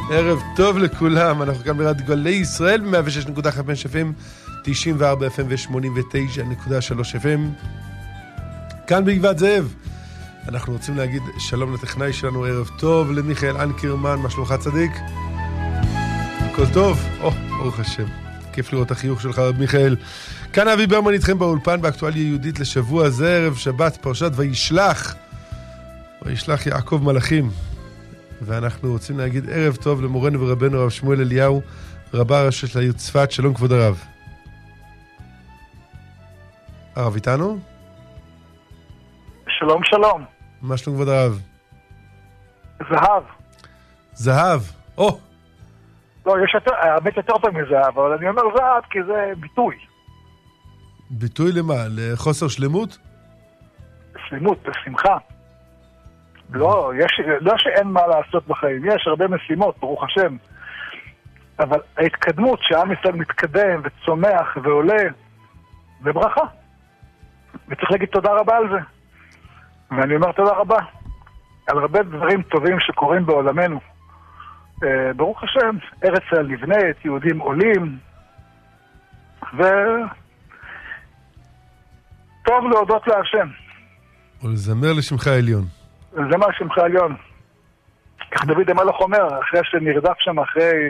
ערב טוב לכולם, אנחנו כאן ברדיו גלי ישראל ב-106.5 FM, 94 FM ו-89.3 FM. כאן בגבעת זאב. אנחנו רוצים להגיד שלום לטכנאי שלנו, ערב טוב למיכאל אנקרמן, מה שלומך צדיק? הכל טוב? ברוך השם. כיף לראות החיוך שלך, מיכאל. כאן אבי ברמן איתכם באולפן באקטואליה יהודית לשבוע זה, ערב שבת, פרשת וישלח יעקב מלאכים. ואנחנו רוצים להגיד ערב טוב למורנו ורבנו הרב שמואל אליהו, רבה הראשי של העיר צפת. שלום כבוד הרב. הרב איתנו? שלום שלום. מה שלום כבוד הרב? זהב. לא, יש האמת יותר טוב מזהב, אבל אני אומר זהב כי זה ביטוי. ביטוי למה? לחוסר שלמות? שלמות, לשמחה. לא שאין מה לעשות בחיים, יש הרבה משימות, ברוך השם. אבל ההתקדמות שעם ישראל מתקדם וצומח ועולה, זה ברכה. וצריך להגיד תודה רבה על זה. ואני אומר תודה רבה על הרבה דברים טובים שקורים בעולמנו. ברוך השם, ארץ ישראל נבנית, יהודים עולים, וטוב להודות להשם. ולזמר לשמך העליון. לזמר לשמך העליון. כך דוד המלך אומר, אחרי שנרדף שם אחרי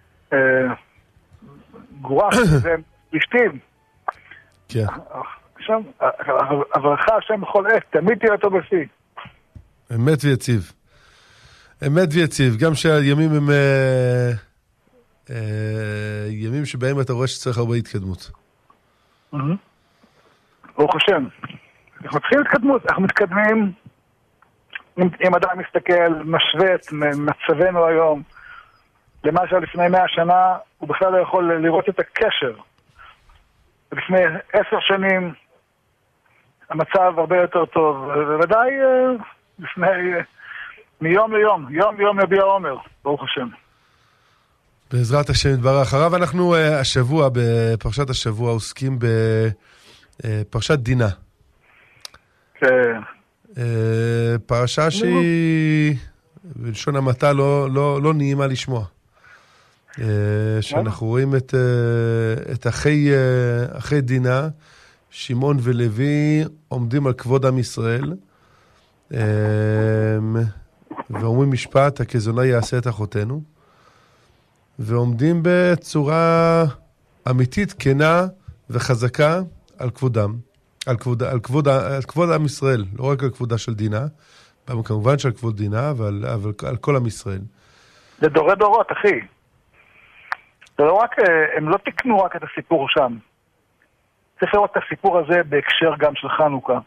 גורש, זה פלישתים. כן. שם, עברך השם בכל עת, תמיד תהיה אותו בפי. אמת ויציב. אמת ויציב, גם שהימים הם ימים שבהם אתה רואה שצריך הרבה התקדמות. ברוך השם. אנחנו צריכים התקדמות, אנחנו מתקדמים, אם אדם מסתכל, משווה את מצבנו היום, למה שלפני 100 שנה, הוא בכלל לא יכול לראות את הקשר. לפני 10 שנים, המצב הרבה יותר טוב, ובוודאי לפני... מיום ליום, יום יביע עומר, ברוך השם. בעזרת השם יתברך. הרב, אנחנו השבוע, בפרשת השבוע, עוסקים בפרשת דינה. כן. פרשה שהיא, בלשון המעטה, לא נעימה לשמוע. שאנחנו רואים את אחי דינה, שמעון ולוי, עומדים על כבוד עם ישראל, ואומרים משפט, הכזונה יעשה את אחותנו, ועומדים בצורה אמיתית, כנה וחזקה על כבודם, על כבוד עם ישראל, לא רק על כבודה של דינה, כמובן שעל כבוד דינה, אבל על כל עם ישראל. זה דורי דורות, אחי. זה לא רק, הם לא תקנו רק את הסיפור שם. צריך לראות את הסיפור הזה בהקשר גם של חנוכה.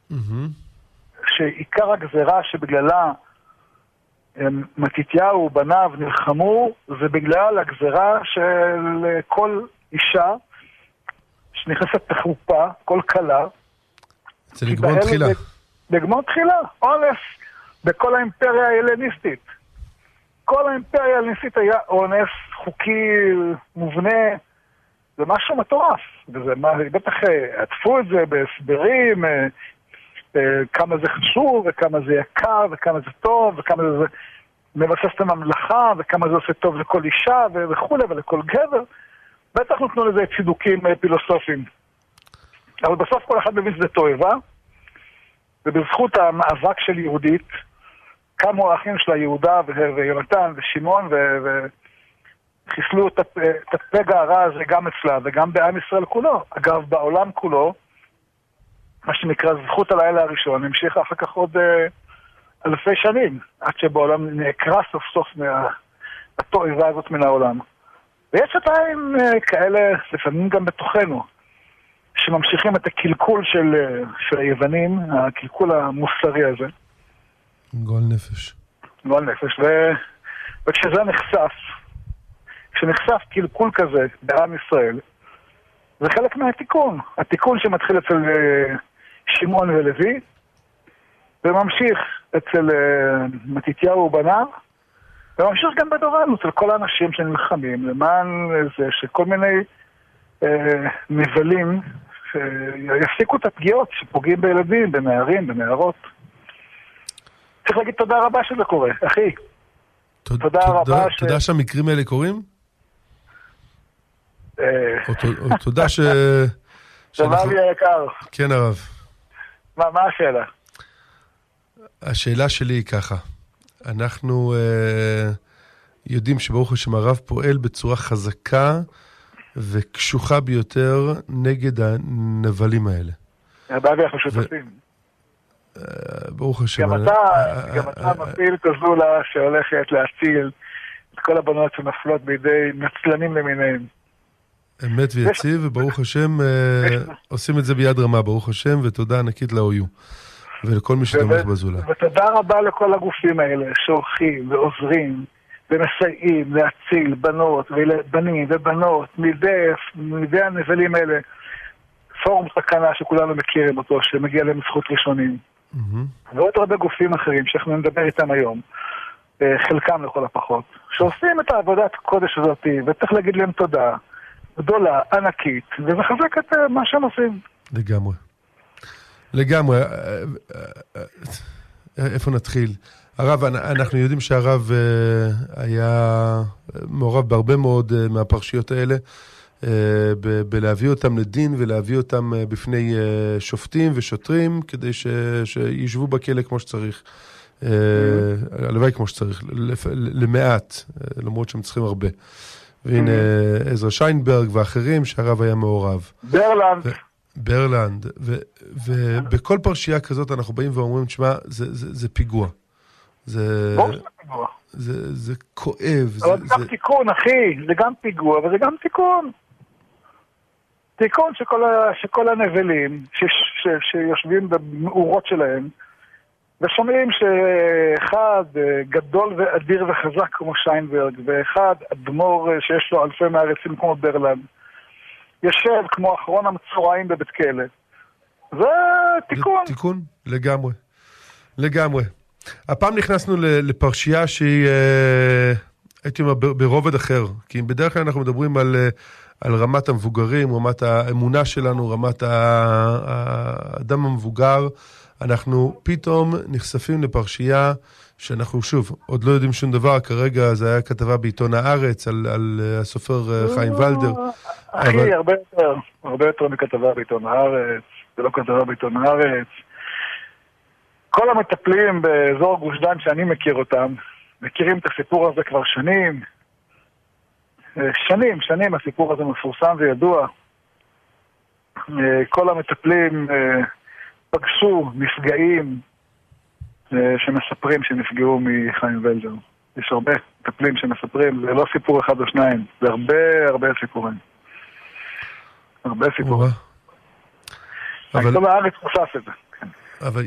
שעיקר הגזרה שבגללה מתתיהו ובניו נלחמו, זה בגלל הגזרה של כל אישה שנכנסת לחופה, כל כלה. זה לגמון תחילה. לגמון תחילה, אונס בכל האימפריה ההלניסטית. כל האימפריה ההלניסטית היה אונס חוקי מובנה, זה משהו מטורף. וזה בטח עטפו את זה בהסברים, כמה זה חשוב, וכמה זה יקר, וכמה זה טוב, וכמה זה מבסס את הממלכה, וכמה זה עושה טוב לכל אישה, וכו', ולכל גבר. בטח נתנו לזה צידוקים פילוסופיים. אבל בסוף כל אחד מבין שזה תועבה, ובזכות המאבק של יהודית, קמו האחים שלה, יהודה ויונתן ושמעון, וחיסלו את הפגע הרע הזה גם אצלה, וגם בעם ישראל כולו. אגב, בעולם כולו, מה שנקרא זכות הלילה הראשון, המשיך אחר כך עוד אלפי שנים, עד שבעולם נעקרה סוף סוף מהתועבה הזאת מן העולם. ויש עדיין כאלה, לפעמים גם בתוכנו, שממשיכים את הקלקול של היוונים, הקלקול המוסרי הזה. גועל נפש. גועל נפש, וכשזה כשנחשף קלקול כזה בעם ישראל, זה חלק מהתיקון. התיקון שמתחיל אצל שמעון ולוי, וממשיך אצל מתתיהו ובניו, וממשיך גם בדורנו, אצל כל האנשים שנלחמים, למען זה שכל מיני מבלים יפסיקו את הפגיעות שפוגעים בילדים, בנערים, בנערות. צריך להגיד תודה רבה שזה קורה, אחי. תודה רבה. תודה שהמקרים האלה קורים? תודה דבר לי היקר. כן, הרב. מה השאלה? השאלה שלי היא ככה. אנחנו יודעים שברוך השם הרב פועל בצורה חזקה וקשוחה ביותר נגד הנבלים האלה. הרבה אנחנו שותפים. ברוך השם. גם אתה מפעיל כזולה שהולכת להציל את כל הבנות שנפלות בידי נצלנים למיניהם. אמת ויציב, וברוך השם עושים את זה ביד רמה, ברוך השם, ותודה ענקית לאויו. ולכל מי שתומך בזולה. ותודה רבה לכל הגופים האלה שעורכים ועוזרים ומסייעים להציל בנות ובנים ובנות מידי הנבלים האלה. פורום סכנה שכולנו מכירים אותו, שמגיע להם זכות ראשונים. ועוד הרבה גופים אחרים שאנחנו נדבר איתם היום, חלקם לכל הפחות, שעושים את העבודת קודש הזאת, וצריך להגיד להם תודה גדולה, ענקית, ומחזק את מה שהם עושים. לגמרי. לגמרי. איפה נתחיל? הרב, אנחנו יודעים שהרב היה מעורב בהרבה מאוד מהפרשיות האלה, בלהביא אותם לדין ולהביא אותם בפני שופטים ושוטרים, כדי שישבו בכלא כמו שצריך. הלוואי כמו שצריך, למעט, למרות שהם צריכים הרבה. והנה עזרא שיינברג ואחרים שהרב היה מעורב. ברלנד. ובכל פרשייה כזאת אנחנו באים ואומרים, תשמע, זה פיגוע. זה כואב. אבל זה גם תיקון, אחי. זה גם פיגוע, וזה גם תיקון. תיקון שכל הנבלים שיושבים במאורות שלהם, ושומעים שאחד גדול ואדיר וחזק כמו שיינברג, ואחד אדמו"ר שיש לו אלפי מעריצים כמו ברלנד, יושב כמו אחרון המצורעים בבית כלא. זה תיקון. זה תיקון, לגמרי. לגמרי. הפעם נכנסנו לפרשייה שהיא, הייתי אומר, ברובד אחר. כי בדרך כלל אנחנו מדברים על רמת המבוגרים, רמת האמונה שלנו, רמת האדם המבוגר. אנחנו פתאום נחשפים לפרשייה שאנחנו שוב, עוד לא יודעים שום דבר. כרגע זה היה כתבה בעיתון הארץ על הסופר חיים ולדר. אחי, הרבה יותר מכתבה בעיתון הארץ. זה לא כתבה בעיתון הארץ. כל המטפלים באזור גוש דן שאני מכיר אותם, מכירים את הסיפור הזה כבר שנים. שנים הסיפור הזה מפורסם וידוע. כל המטפלים פגשו נפגעים שמספרים שנפגעו מחיים ולדר. יש הרבה מטפלים שמספרים, זה לא סיפור אחד או שניים, זה הרבה סיפורים. הרבה סיפורים. כל הארץ חושף את זה. אבל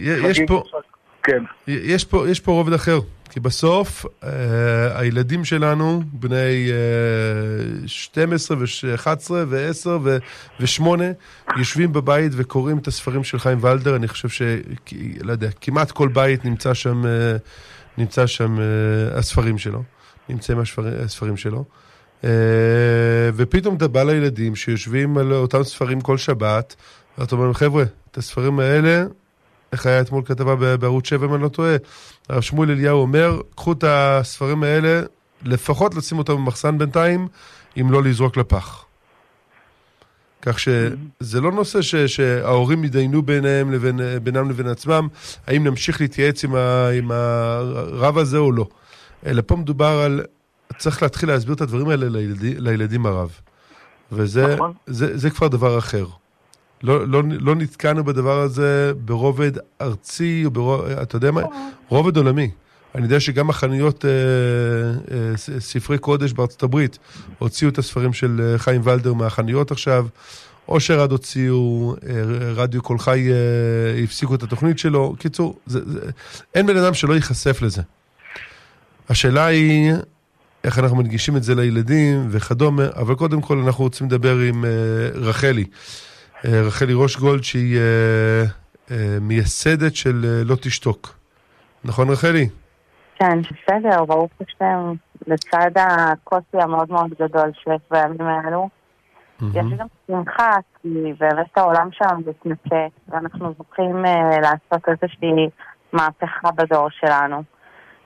יש פה רובד אחר, כי בסוף הילדים שלנו, בני 12 ו-11 ו-10 ו-8, יושבים בבית וקוראים את הספרים של חיים ולדר. אני חושב לא יודע, כמעט כל בית נמצא שם הספרים שלו, נמצאים הספרים שלו, ופתאום אתה בא לילדים שיושבים על אותם ספרים כל שבת, ואתה אומר, חבר'ה, את הספרים האלה, איך היה אתמול כתבה בערוץ 7, אם אני לא טועה, הרב שמואל אליהו אומר, קחו את הספרים האלה, לפחות לשים אותם במחסן בינתיים, אם לא לזרוק לפח. כך שזה לא נושא שההורים ידיינו בינם לבין עצמם, האם נמשיך להתייעץ עם הרב הזה או לא. אלא פה מדובר על, צריך להתחיל להסביר את הדברים האלה לילדים הרב. וזה כבר דבר אחר. לא נתקענו בדבר הזה ברובד ארצי, אתה יודע מה? רובד עולמי. אני יודע שגם החנויות ספרי קודש בארצות הברית הוציאו את הספרים של חיים ולדר מהחנויות עכשיו, או שרד הוציאו, רדיו כל חי הפסיקו את התוכנית שלו. קיצור, אין בן אדם שלא ייחשף לזה. השאלה היא איך אנחנו מדגישים את זה לילדים וכדומה, אבל קודם כל אנחנו רוצים לדבר עם רחלי. רחלי ראשגולד, שהיא מייסדת של לא תשתוק. נכון, רחלי? כן, בסדר, ברוך השם, לצד הקושי המאוד מאוד גדול שיש בימים האלו. יש גם שמחה, כי באמת העולם שם מתנקה, ואנחנו זוכים לעשות איזושהי מהפכה בדור שלנו.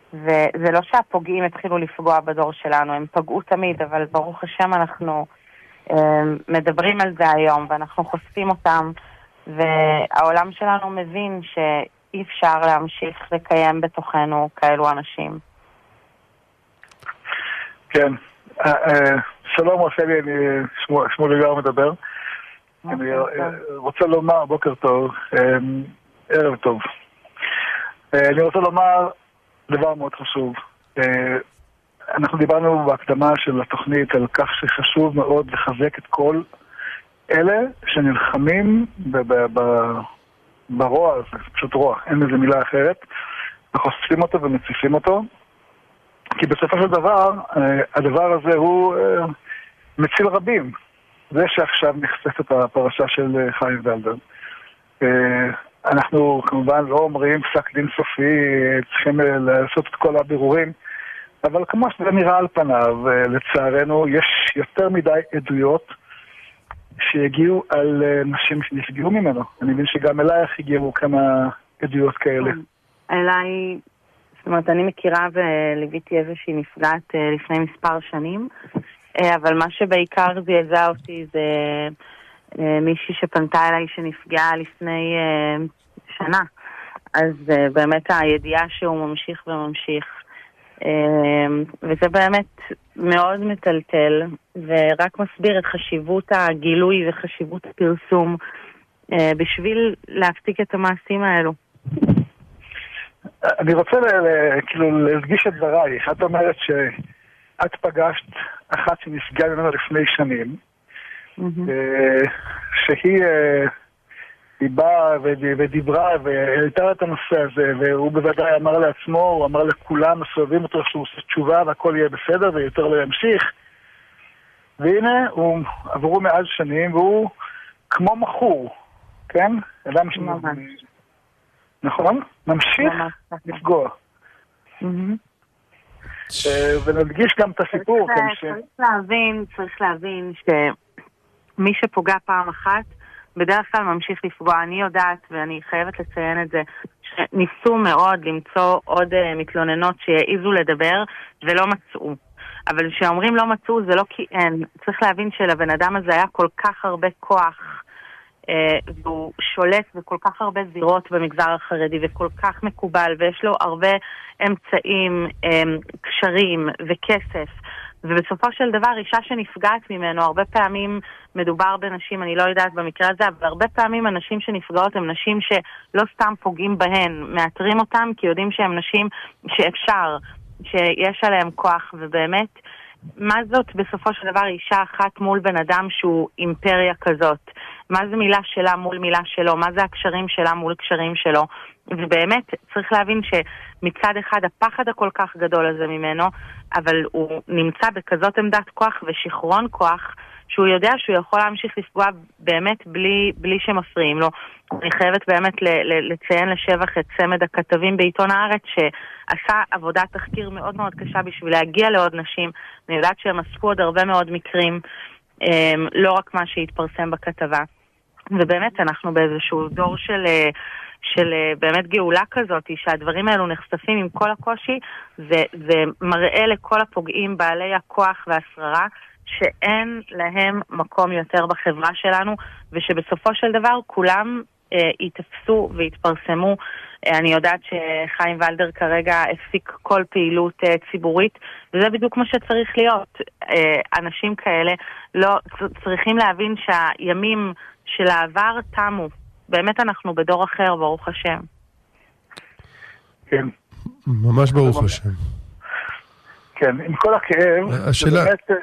וזה לא שהפוגעים התחילו לפגוע בדור שלנו, הם פגעו תמיד, אבל ברוך השם אנחנו מדברים על זה היום, ואנחנו חושפים אותם, והעולם שלנו מבין שאי אפשר להמשיך לקיים בתוכנו כאלו אנשים. כן, שלום רחלי, אני שמואל גר מדבר. אני רוצה לומר, בוקר טוב, ערב טוב. אני רוצה לומר דבר מאוד חשוב. אנחנו דיברנו בהקדמה של התוכנית על כך שחשוב מאוד לחזק את כל אלה שנלחמים ברוע, זה פשוט רוע, אין איזה מילה אחרת, וחושפים אותו ומציפים אותו, כי בסופו של דבר, הדבר הזה הוא מציל רבים. זה שעכשיו נחשפת הפרשה של חיים ולדר. אנחנו כמובן לא אומרים פסק דין סופי, צריכים לעשות את כל הבירורים, אבל כמו שזה נראה על פניו, לצערנו יש יותר מדי עדויות שהגיעו על נשים שנפגעו ממנו. אני מבין שגם אלייך הגיעו כמה עדויות כאלה. אליי, זאת אומרת, אני מכירה וליוויתי איזושהי נפגעת לפני מספר שנים, אבל מה שבעיקר זעזע אותי זה מישהי שפנתה אליי שנפגעה לפני שנה. אז באמת הידיעה שהוא ממשיך וממשיך. וזה באמת מאוד מטלטל, ורק מסביר את חשיבות הגילוי וחשיבות הפרסום בשביל להפסיק את המעשים האלו. אני רוצה כאילו להדגיש את דברייך. את אומרת שאת פגשת אחת שנפגעה ממנו לפני שנים, שהיא באה ודיברה והעלתה את הנושא הזה, והוא בוודאי אמר לעצמו, הוא אמר לכולם מסובבים אותו שהוא עושה תשובה והכל יהיה בסדר ויותר לא ימשיך. והנה, עברו מאז שנים והוא כמו מחור, כן? אדם נכון? ממשיך לפגוע. ונדגיש גם את הסיפור. צריך להבין שמי שפוגע פעם אחת בדרך כלל ממשיך לפגוע. אני יודעת, ואני חייבת לציין את זה, שניסו מאוד למצוא עוד מתלוננות שיעיזו לדבר ולא מצאו. אבל כשאומרים לא מצאו זה לא כי אין. צריך להבין שלבן אדם הזה היה כל כך הרבה כוח, והוא שולט בכל כך הרבה זירות במגזר החרדי וכל כך מקובל, ויש לו הרבה אמצעים, קשרים וכסף, ובסופו של דבר אישה שנפגעת ממנו, הרבה פעמים מדובר בנשים, אני לא יודעת במקרה הזה, אבל הרבה פעמים הנשים שנפגעות הן נשים שלא סתם פוגעים בהן, מאתרים אותן כי יודעים שהן נשים שאפשר, שיש עליהן כוח, ובאמת מה זאת בסופו של דבר אישה אחת מול בן אדם שהוא אימפריה כזאת? מה זה מילה שלה מול מילה שלו? מה זה הקשרים שלה מול קשרים שלו? ובאמת צריך להבין שמצד אחד הפחד הכל כך גדול הזה ממנו, אבל הוא נמצא בכזאת עמדת כוח ושחרון כוח, שהוא יודע שהוא יכול להמשיך לפגוע באמת בלי שמפריעים לו. אני חייבת באמת לציין לשבח את צמד הכתבים בעיתון הארץ, שעשה עבודת תחקיר מאוד מאוד קשה בשביל להגיע לעוד נשים. אני יודעת שהם אספו עוד הרבה מאוד מקרים, לא רק מה שהתפרסם בכתבה. ובאמת אנחנו באיזשהו דור של באמת גאולה כזאת, שהדברים האלו נחשפים עם כל הקושי, זה מראה לכל הפוגעים בעלי הכוח והשררה, שאין להם מקום יותר בחברה שלנו, ושבסופו של דבר כולם יתפסו והתפרסמו. אני יודעת שחיים ולדר כרגע הפסיק כל פעילות ציבורית, וזה בדיוק מה שצריך להיות. אנשים כאלה לא צריכים להבין שהימים של העבר תמו. באמת אנחנו בדור אחר, ברוך השם. כן. ממש ברוך השם. כן, עם כל הכאב. השאלה,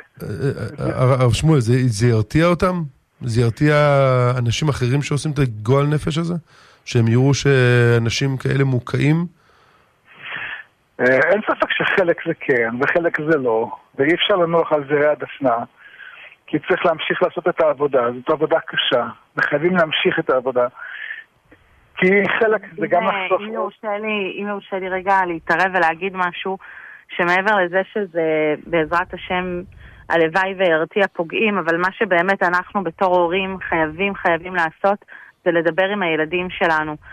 הרב שמואל, זה ירתיע אותם? זה ירתיע אנשים אחרים שעושים את הגועל נפש הזה? שהם יראו שאנשים כאלה מוקעים? אין ספק שחלק זה כן, וחלק זה לא. ואי אפשר לנוח על זרי הדפנה, כי צריך להמשיך לעשות את העבודה. זאת עבודה קשה, וחייבים להמשיך את העבודה. כי חלק זה גם לחסוך. אם יורשה לי רגע להתערב ולהגיד משהו, שמעבר לזה שזה בעזרת השם הלוואי וירתיע פוגעים, אבל מה שבאמת אנחנו בתור הורים חייבים לעשות, זה לדבר עם הילדים שלנו.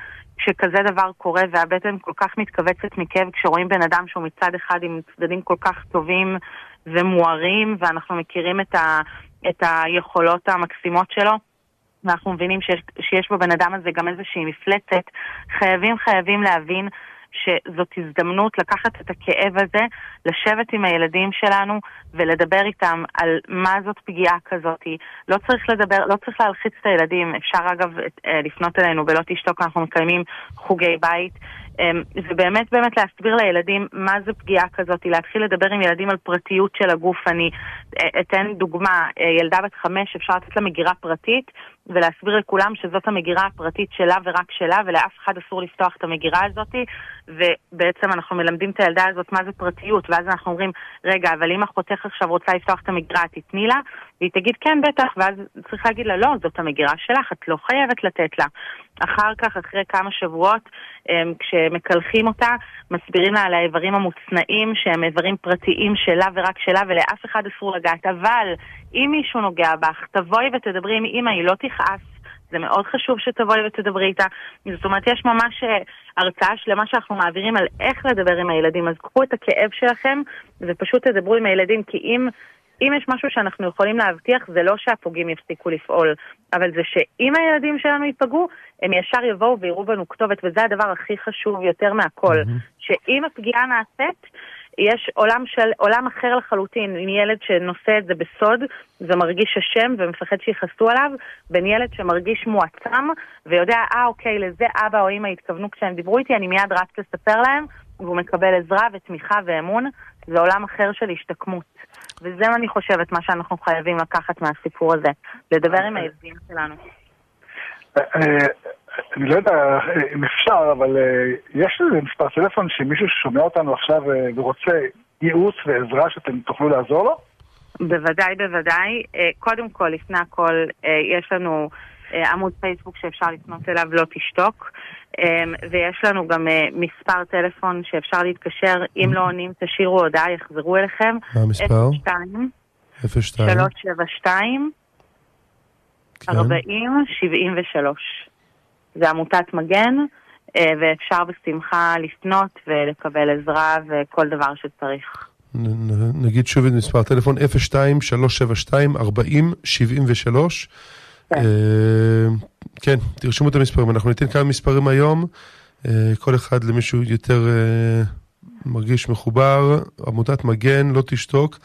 כשכזה דבר קורה והבטן כל כך מתכווצת מכאב כשרואים בן אדם שהוא מצד אחד עם צדדים כל כך טובים ומוארים, ואנחנו מכירים את היכולות המקסימות שלו, ואנחנו מבינים שיש בבן אדם הזה גם איזושהי מפלצת. חייבים להבין שזאת הזדמנות לקחת את הכאב הזה, לשבת עם הילדים שלנו ולדבר איתם על מה זאת פגיעה כזאת. לא צריך להלחיץ את הילדים. אפשר אגב לפנות אלינו בלא תשתוק, אנחנו מקיימים חוגי בית. זה באמת להסביר לילדים מה זה פגיעה כזאת, להתחיל לדבר עם ילדים על פרטיות של הגוף. אני אתן דוגמה, ילדה בת 5, אפשר לתת לה מגירה פרטית ולהסביר לכולם שזאת המגירה הפרטית שלה ורק שלה, ולאף אחד אסור לפתוח את המגירה הזאת, ובעצם אנחנו מלמדים את הילדה הזאת מה זה פרטיות, ואז אנחנו אומרים, רגע, אבל אם אחותך עכשיו רוצה לפתוח את המגירה, תתני לה, והיא תגיד כן בטח, ואז צריך להגיד לה, לא, זאת המגירה שלך, את לא חייבת לתת לה. אחר כך, אחרי כמה שבועות, כשמקלחים אותה, מסבירים לה על האיברים המוצנעים, שהם איברים פרטיים שלה ורק שלה, ולאף אחד אסור לגעת. אבל אם מישהו נוגע בך, תבואי ותדברי עם אמא, היא לא תכעס. זה מאוד חשוב שתבואי ותדברי איתה. זאת אומרת, יש ממש הרצאה שלמה שאנחנו מעבירים על איך לדבר עם הילדים. אז קחו את הכאב שלכם ופשוט תדברו עם הילדים, כי אם יש משהו שאנחנו יכולים להבטיח, זה לא שהפוגעים יפסיקו לפעול, אבל זה שאם הילדים שלנו ייפגעו, הם ישר יבואו ויראו בנו כתובת, וזה הדבר הכי חשוב יותר מהכל. שאם הפגיעה נעשית, יש עולם אחר לחלוטין, עם ילד שנושא את זה בסוד ומרגיש אשם ומפחד שיחסו עליו, בין ילד שמרגיש מועצם ויודע, אוקיי, לזה אבא או אמא התכוונו כשהם דיברו איתי, אני מיד רץ לספר להם, והוא מקבל עזרה ותמיכה ואמון. זה עולם אחר של השתקמות, וזה אני חושבת מה שאנחנו חייבים לקחת מהסיפור הזה, לדבר עם הילדים שלנו. אני לא יודע אם אפשר, אבל יש איזה מספר טלפון שמישהו ששומע אותנו עכשיו ורוצה ייעוץ ועזרה שאתם תוכלו לעזור לו? בוודאי. קודם כל, לפני הכל, יש לנו עמוד פייסבוק שאפשר לפנות אליו, לא תשתוק, ויש לנו גם מספר טלפון שאפשר להתקשר. אם לא עונים, תשאירו הודעה, יחזרו אליכם. מה המספר? 372 40 73. זה עמותת מגן, ואפשר בשמחה לפנות ולקבל עזרה וכל דבר שצריך. נגיד שוב את מספר טלפון 02-372-40-73. כן, תרשמו את המספרים. אנחנו ניתן כמה מספרים היום, כל אחד למישהו יותר מרגיש מחובר. עמותת מגן, לא תשתוק,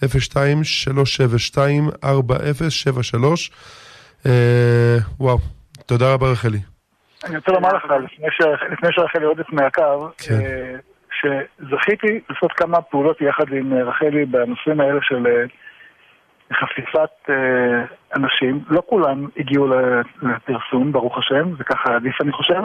02-372-4073. וואו, תודה רבה רחלי. אני רוצה לומר לך, לפני שרחלי עוד לפני הקו, שזכיתי לעשות כמה פעולות יחד עם רחלי בנושאים האלה של חשיפת אנשים. לא כולם הגיעו לפרסום, ברוך השם, זה ככה עדיף אני חושב,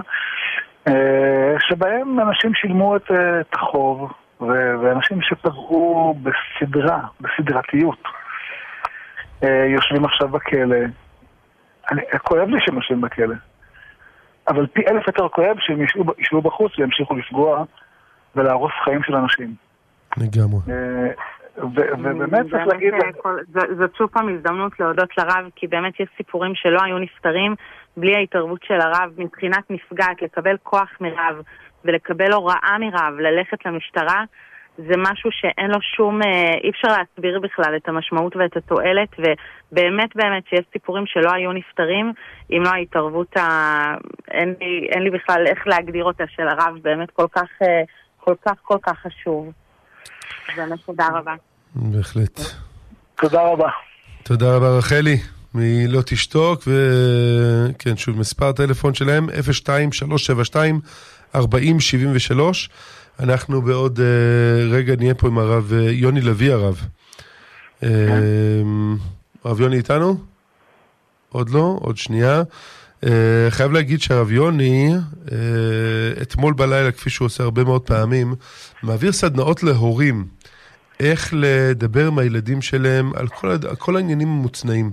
שבהם אנשים שילמו את החוב, ואנשים שפגעו בסדרתיות, יושבים עכשיו בכלא. כואב לי שהם יושבים בכלא, אבל פי 1000 יותר כואב שהם ישבו בחוץ וימשיכו לפגוע ולהרוס חיים של אנשים. לגמרי. ובאמת צריך להגיד... זאת שוב פעם הזדמנות להודות לרב, כי באמת יש סיפורים שלא היו נפתרים בלי ההתערבות של הרב, מבחינת נפגעת, לקבל כוח מרב ולקבל הוראה מרב, ללכת למשטרה, זה משהו שאין לו שום, אי אפשר להסביר בכלל את המשמעות ואת התועלת, ובאמת שיש סיפורים שלא היו נפתרים, אם לא ההתערבות, אין לי בכלל איך להגדיר אותה של הרב, באמת כל כך חשוב. באמת תודה רבה. בהחלט. תודה רבה. תודה רבה רחלי, מלא תשתוק, וכן, שוב, מספר טלפון שלהם, 02-372-40-73. אנחנו בעוד רגע נהיה פה עם הרב יוני לוי הרב. הרב יוני איתנו? עוד לא? עוד שנייה. חייב להגיד שהרב יוני, אתמול בלילה, כפי שהוא עושה הרבה מאוד פעמים, מעביר סדנאות להורים, איך לדבר עם הילדים שלהם על כל העניינים המוצנעים.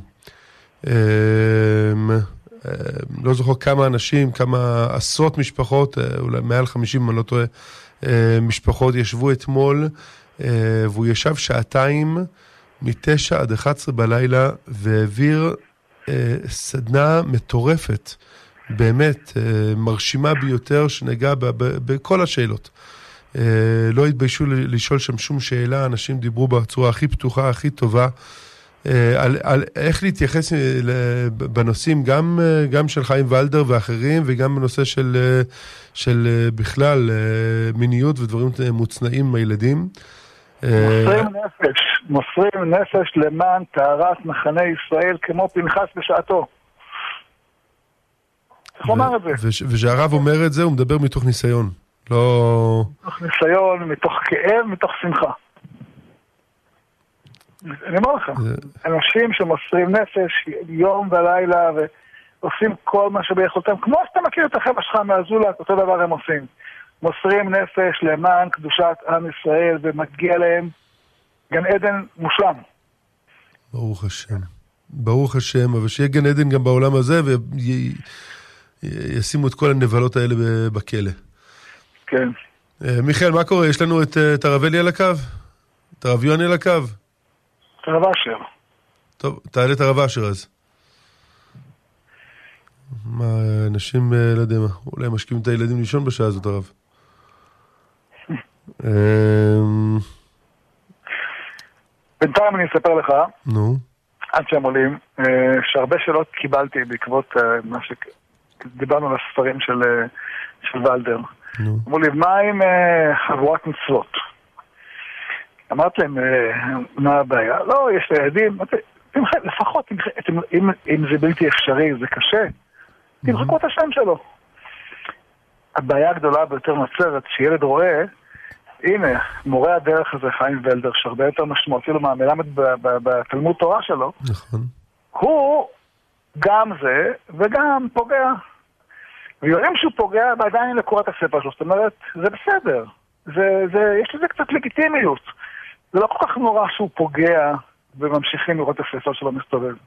לא זוכר כמה אנשים, כמה עשרות משפחות, אולי מעל 50, אם אני לא טועה, משפחות ישבו אתמול, והוא ישב שעתיים מ-9 עד 11 בלילה, והעביר סדנה מטורפת באמת מרשימה ביותר, שנגע בכל השאלות. לא התביישו לשאול שם שום שאלה, אנשים דיברו בצורה הכי פתוחה, הכי טובה, על איך להתייחס בנושאים, גם של חיים ולדר ואחרים, וגם בנושא של בכלל מיניות ודברים מוצנעים מהילדים. מוסרים נפש למען טהרת מחנה ישראל כמו פנחס בשעתו. צריך לומר את זה. ושהרב אומר את זה, הוא מדבר מתוך ניסיון. לא... מתוך ניסיון, מתוך כאב, מתוך שמחה. אני אומר לך, אנשים שמוסרים נפש יום ולילה ועושים כל מה שביכולתם, כמו שאתה מכיר את החבר'ה שלך מהזולת, אותו דבר הם עושים. מוסרים נפש למען קדושת עם ישראל ומגיע להם גן עדן מושלם. ברוך השם. ברוך השם, אבל שיהיה גן עדן גם בעולם הזה וישימו את כל הנבלות האלה בכלא. כן. מיכאל, מה קורה? יש לנו את הרב אלי על הקו? את הרב יוני על הקו? את הרב אשר. טוב, תעלה את הרב אשר אז. מה, אנשים, לא יודע מה, אולי משקיעים את הילדים לישון בשעה הזאת, הרב. בינתיים אני אספר לך, נו. עד שהם עולים, שהרבה שאלות קיבלתי בעקבות מה שדיברנו על הספרים של ולדר. אמרו לי, מה עם חבורת מצוות? אמרתי להם, מה הבעיה? לא, יש לילדים, לפחות אם זה בלתי אפשרי, זה קשה, תמחקו את השם שלו. הבעיה הגדולה ביותר נוצרת, שילד רואה, הנה, מורה הדרך הזה, חיים ולדר, שהרבה יותר משמעותי לו מהמלמד בתלמוד תורה שלו, נכון. הוא גם זה וגם פוגע. ויודעים שהוא פוגע ועדיין לקורא את הספר שלו, זאת אומרת, זה בסדר. יש לזה קצת לגיטימיות. זה לא כל כך נורא שהוא פוגע וממשיכים לראות את הספר שלו מסתובב.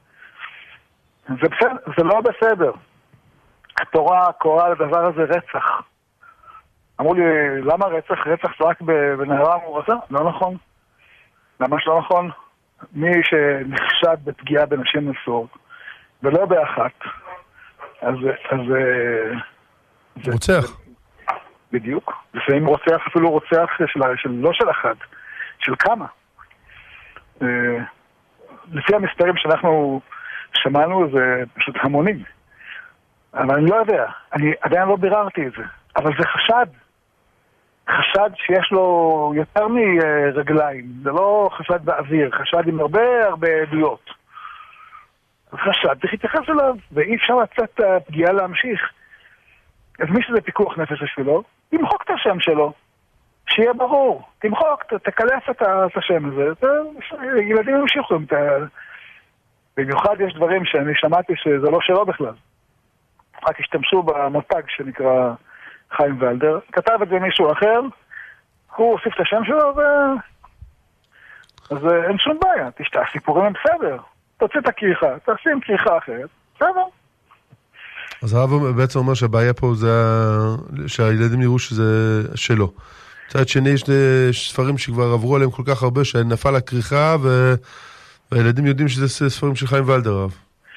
זה לא בסדר. התורה קוראה לדבר הזה רצח. אמרו לי, למה רצח? רצח זה רק בנהרה מורסה? לא נכון. למה שלא נכון? מי שנחשד בפגיעה בנשים נשואות, ולא באחת, אז רוצח. בדיוק. לפעמים רוצח, אפילו רוצח לא של אחד, של כמה. לפי המספרים שאנחנו שמענו, זה פשוט המונים. אבל אני לא יודע, אני עדיין לא ביררתי את זה. אבל זה חשד שיש לו יותר מרגליים. זה לא חשד באוויר, חשד עם הרבה עדויות. חשד, צריך להתייחס אליו, ואי אפשר לצאת הפגיעה להמשיך. אז מי שזה פיקוח נפש בשבילו, תמחוק את השם שלו, שיהיה ברור. תמחוק, תקלף את השם הזה, ילדים ימשיכו. במיוחד יש דברים שאני שמעתי שזה לא שלו בכלל. רק השתמשו במותג שנקרא חיים ולדר, כתב את זה מישהו אחר, הוא הוסיף את השם שלו, אז אין שום בעיה, הסיפורים הם בסדר. תוציא את הכריכה, תשים כריכה אחרת, בסדר. אז הרב בעצם אומר שהבעיה פה זה שהילדים יראו שזה שלו. מצד שני יש ספרים שכבר עברו עליהם כל כך הרבה שנפל הכריכה והילדים יודעים שזה ספרים של חיים ולדר, הרב.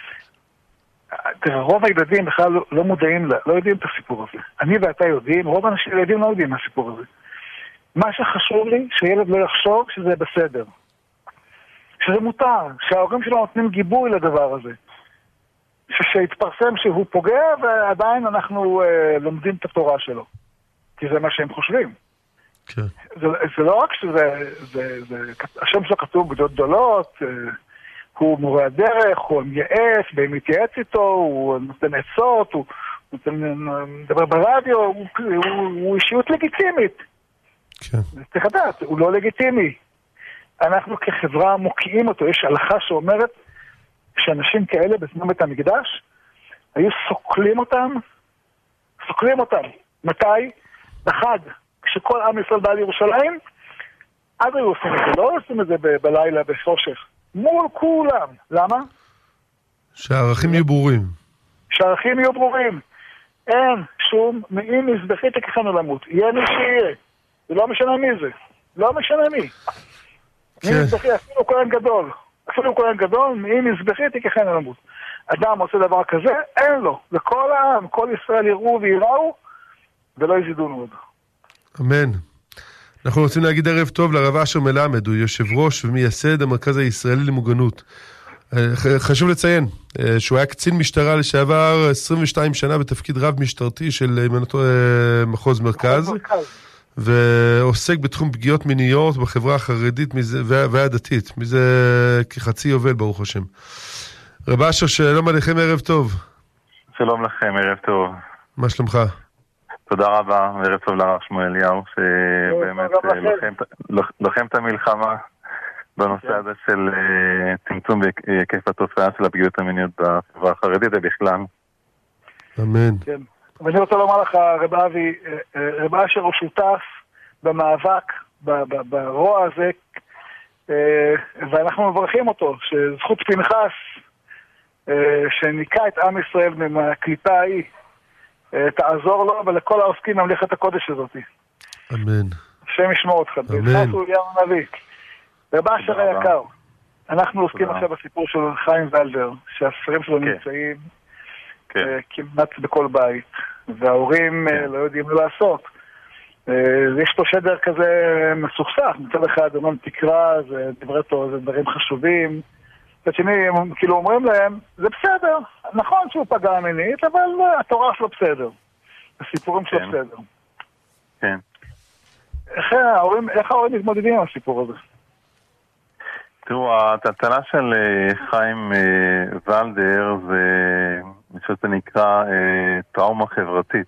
רוב הילדים בכלל לא מודעים, לא יודעים את הסיפור הזה. אני ואתה יודעים, רוב הילדים לא יודעים מהסיפור הזה. מה שחשוב לי, שילד לא יחשוב שזה בסדר. שזה מותר, שההורים שלו נותנים גיבוי לדבר הזה. שהתפרסם שהוא פוגע ועדיין אנחנו לומדים את התורה שלו. כי זה מה שהם חושבים. כן. זה לא רק שזה, השם שלו כתוב בדעות גדולות, הוא מורה הדרך, הוא מייעץ, הוא מתייעץ איתו, הוא נותן עצות, הוא מדבר ברדיו, הוא אישיות לגיטימית. כן. צריך לדעת, הוא לא לגיטימי. אנחנו כחברה מוקיעים אותו, יש הלכה שאומרת שאנשים כאלה בזמן בית המקדש היו סוקלים אותם. מתי? בחג, כשכל עם ישראל בא לירושלים, אז היו עושים את זה, לא עושים את זה בלילה, בחושך. מול כולם. למה? שהערכים יהיו ברורים. שהערכים יהיו ברורים. אין שום, אם מזבחי תקחנו למות. יהיה מי שיהיה. זה לא משנה מי זה. לא משנה מי. כן. מי מזבחי, אפילו כהן גדול. אם מזבחי תקחנו למות. אדם עושה דבר כזה, אין לו. וכל העם, כל ישראל יראו ויראו, ולא יזידונו עוד. אמן. אנחנו רוצים להגיד ערב טוב לרב אשר מלמד, הוא יושב ראש ומייסד המרכז הישראלי למוגנות. חשוב לציין שהוא היה קצין משטרה לשעבר 22 שנה בתפקיד רב משטרתי של מחוז מרכז, ועוסק בתחום פגיעות מיניות בחברה החרדית והדתית, מזה כחצי יובל ברוך השם. רב אשר, שלום עליכם, ערב טוב. שלום לכם, ערב טוב. מה שלומך? תודה רבה, ערב טוב לרב שמואל אליהו, שבאמת לוחם את המלחמה בנושא הזה של צמצום בהיקף התופעה של הפגיעות המיניות בחברה החרדית ובכלל. אמן. כן. ואני רוצה לומר לך, רב אבי, רב אשר הוא שותף במאבק, ברוע הזה, ואנחנו מברכים אותו, שזכות פנחס, שניקה את עם ישראל מהקליפה ההיא, תעזור לו ולכל העוסקים במלאכת הקודש הזאת. אמן. השם ישמור אותך. אמן. הנביא. רב אשר היקר, אנחנו עוסקים עכשיו בסיפור של חיים ולדר, שהספרים שלו נמצאים כמעט בכל בית, וההורים לא יודעים מה לעשות. יש פה שדר כזה מסוכסך, מצד אחד אומרים תקרא, זה דברי טוב, זה דברים חשובים, מצד שני הם כאילו אומרים להם, זה בסדר, נכון שהוא פגע מינית, אבל התורה שלו בסדר, הסיפורים שלו בסדר. כן. איך ההורים מתמודדים עם הסיפור הזה? תראו, הטלטלה של חיים ולדר זה נקרא טראומה חברתית.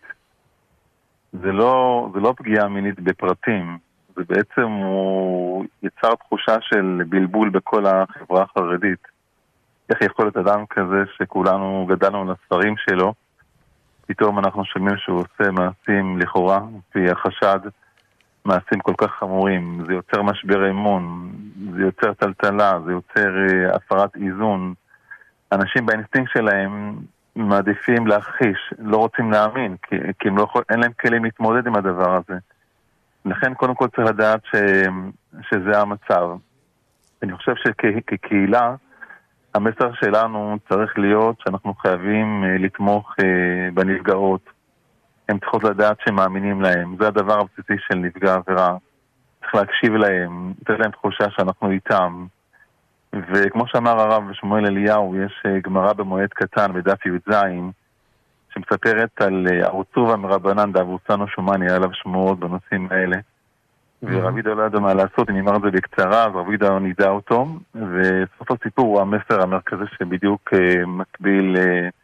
זה לא פגיעה מינית בפרטים, זה בעצם הוא יצר תחושה של בלבול בכל החברה החרדית. איך יכול להיות אדם כזה שכולנו גדלנו על הספרים שלו, פתאום אנחנו שומעים שהוא עושה מעשים לכאורה, לפי החשד, מעשים כל כך חמורים. זה יוצר משבר אמון, זה יוצר טלטלה, זה יוצר הפרת איזון. אנשים באינסטינקט שלהם מעדיפים להכחיש, לא רוצים להאמין, כי אין להם כלים להתמודד עם הדבר הזה. לכן קודם כל צריך לדעת שזה המצב. אני חושב שכקהילה, המסר שלנו צריך להיות שאנחנו חייבים לתמוך בנפגעות. הם צריכות לדעת שמאמינים להם. זה הדבר הבסיסי של נפגע עבירה. צריך להקשיב להם, לתת להם תחושה שאנחנו איתם. וכמו שאמר הרב שמואל אליהו, יש גמרא במועד קטן בדף י"ז, שמספרת על ארוצובה מרבנן דאבוסנו שומני, עליו שמועות בנושאים האלה. ורבי יהודה לא ידע מה לעשות, אני אמר את זה בקצרה, אז רבי יהודה נידע אותו, וסוף הסיפור הוא המסר המרכזי שבדיוק מקביל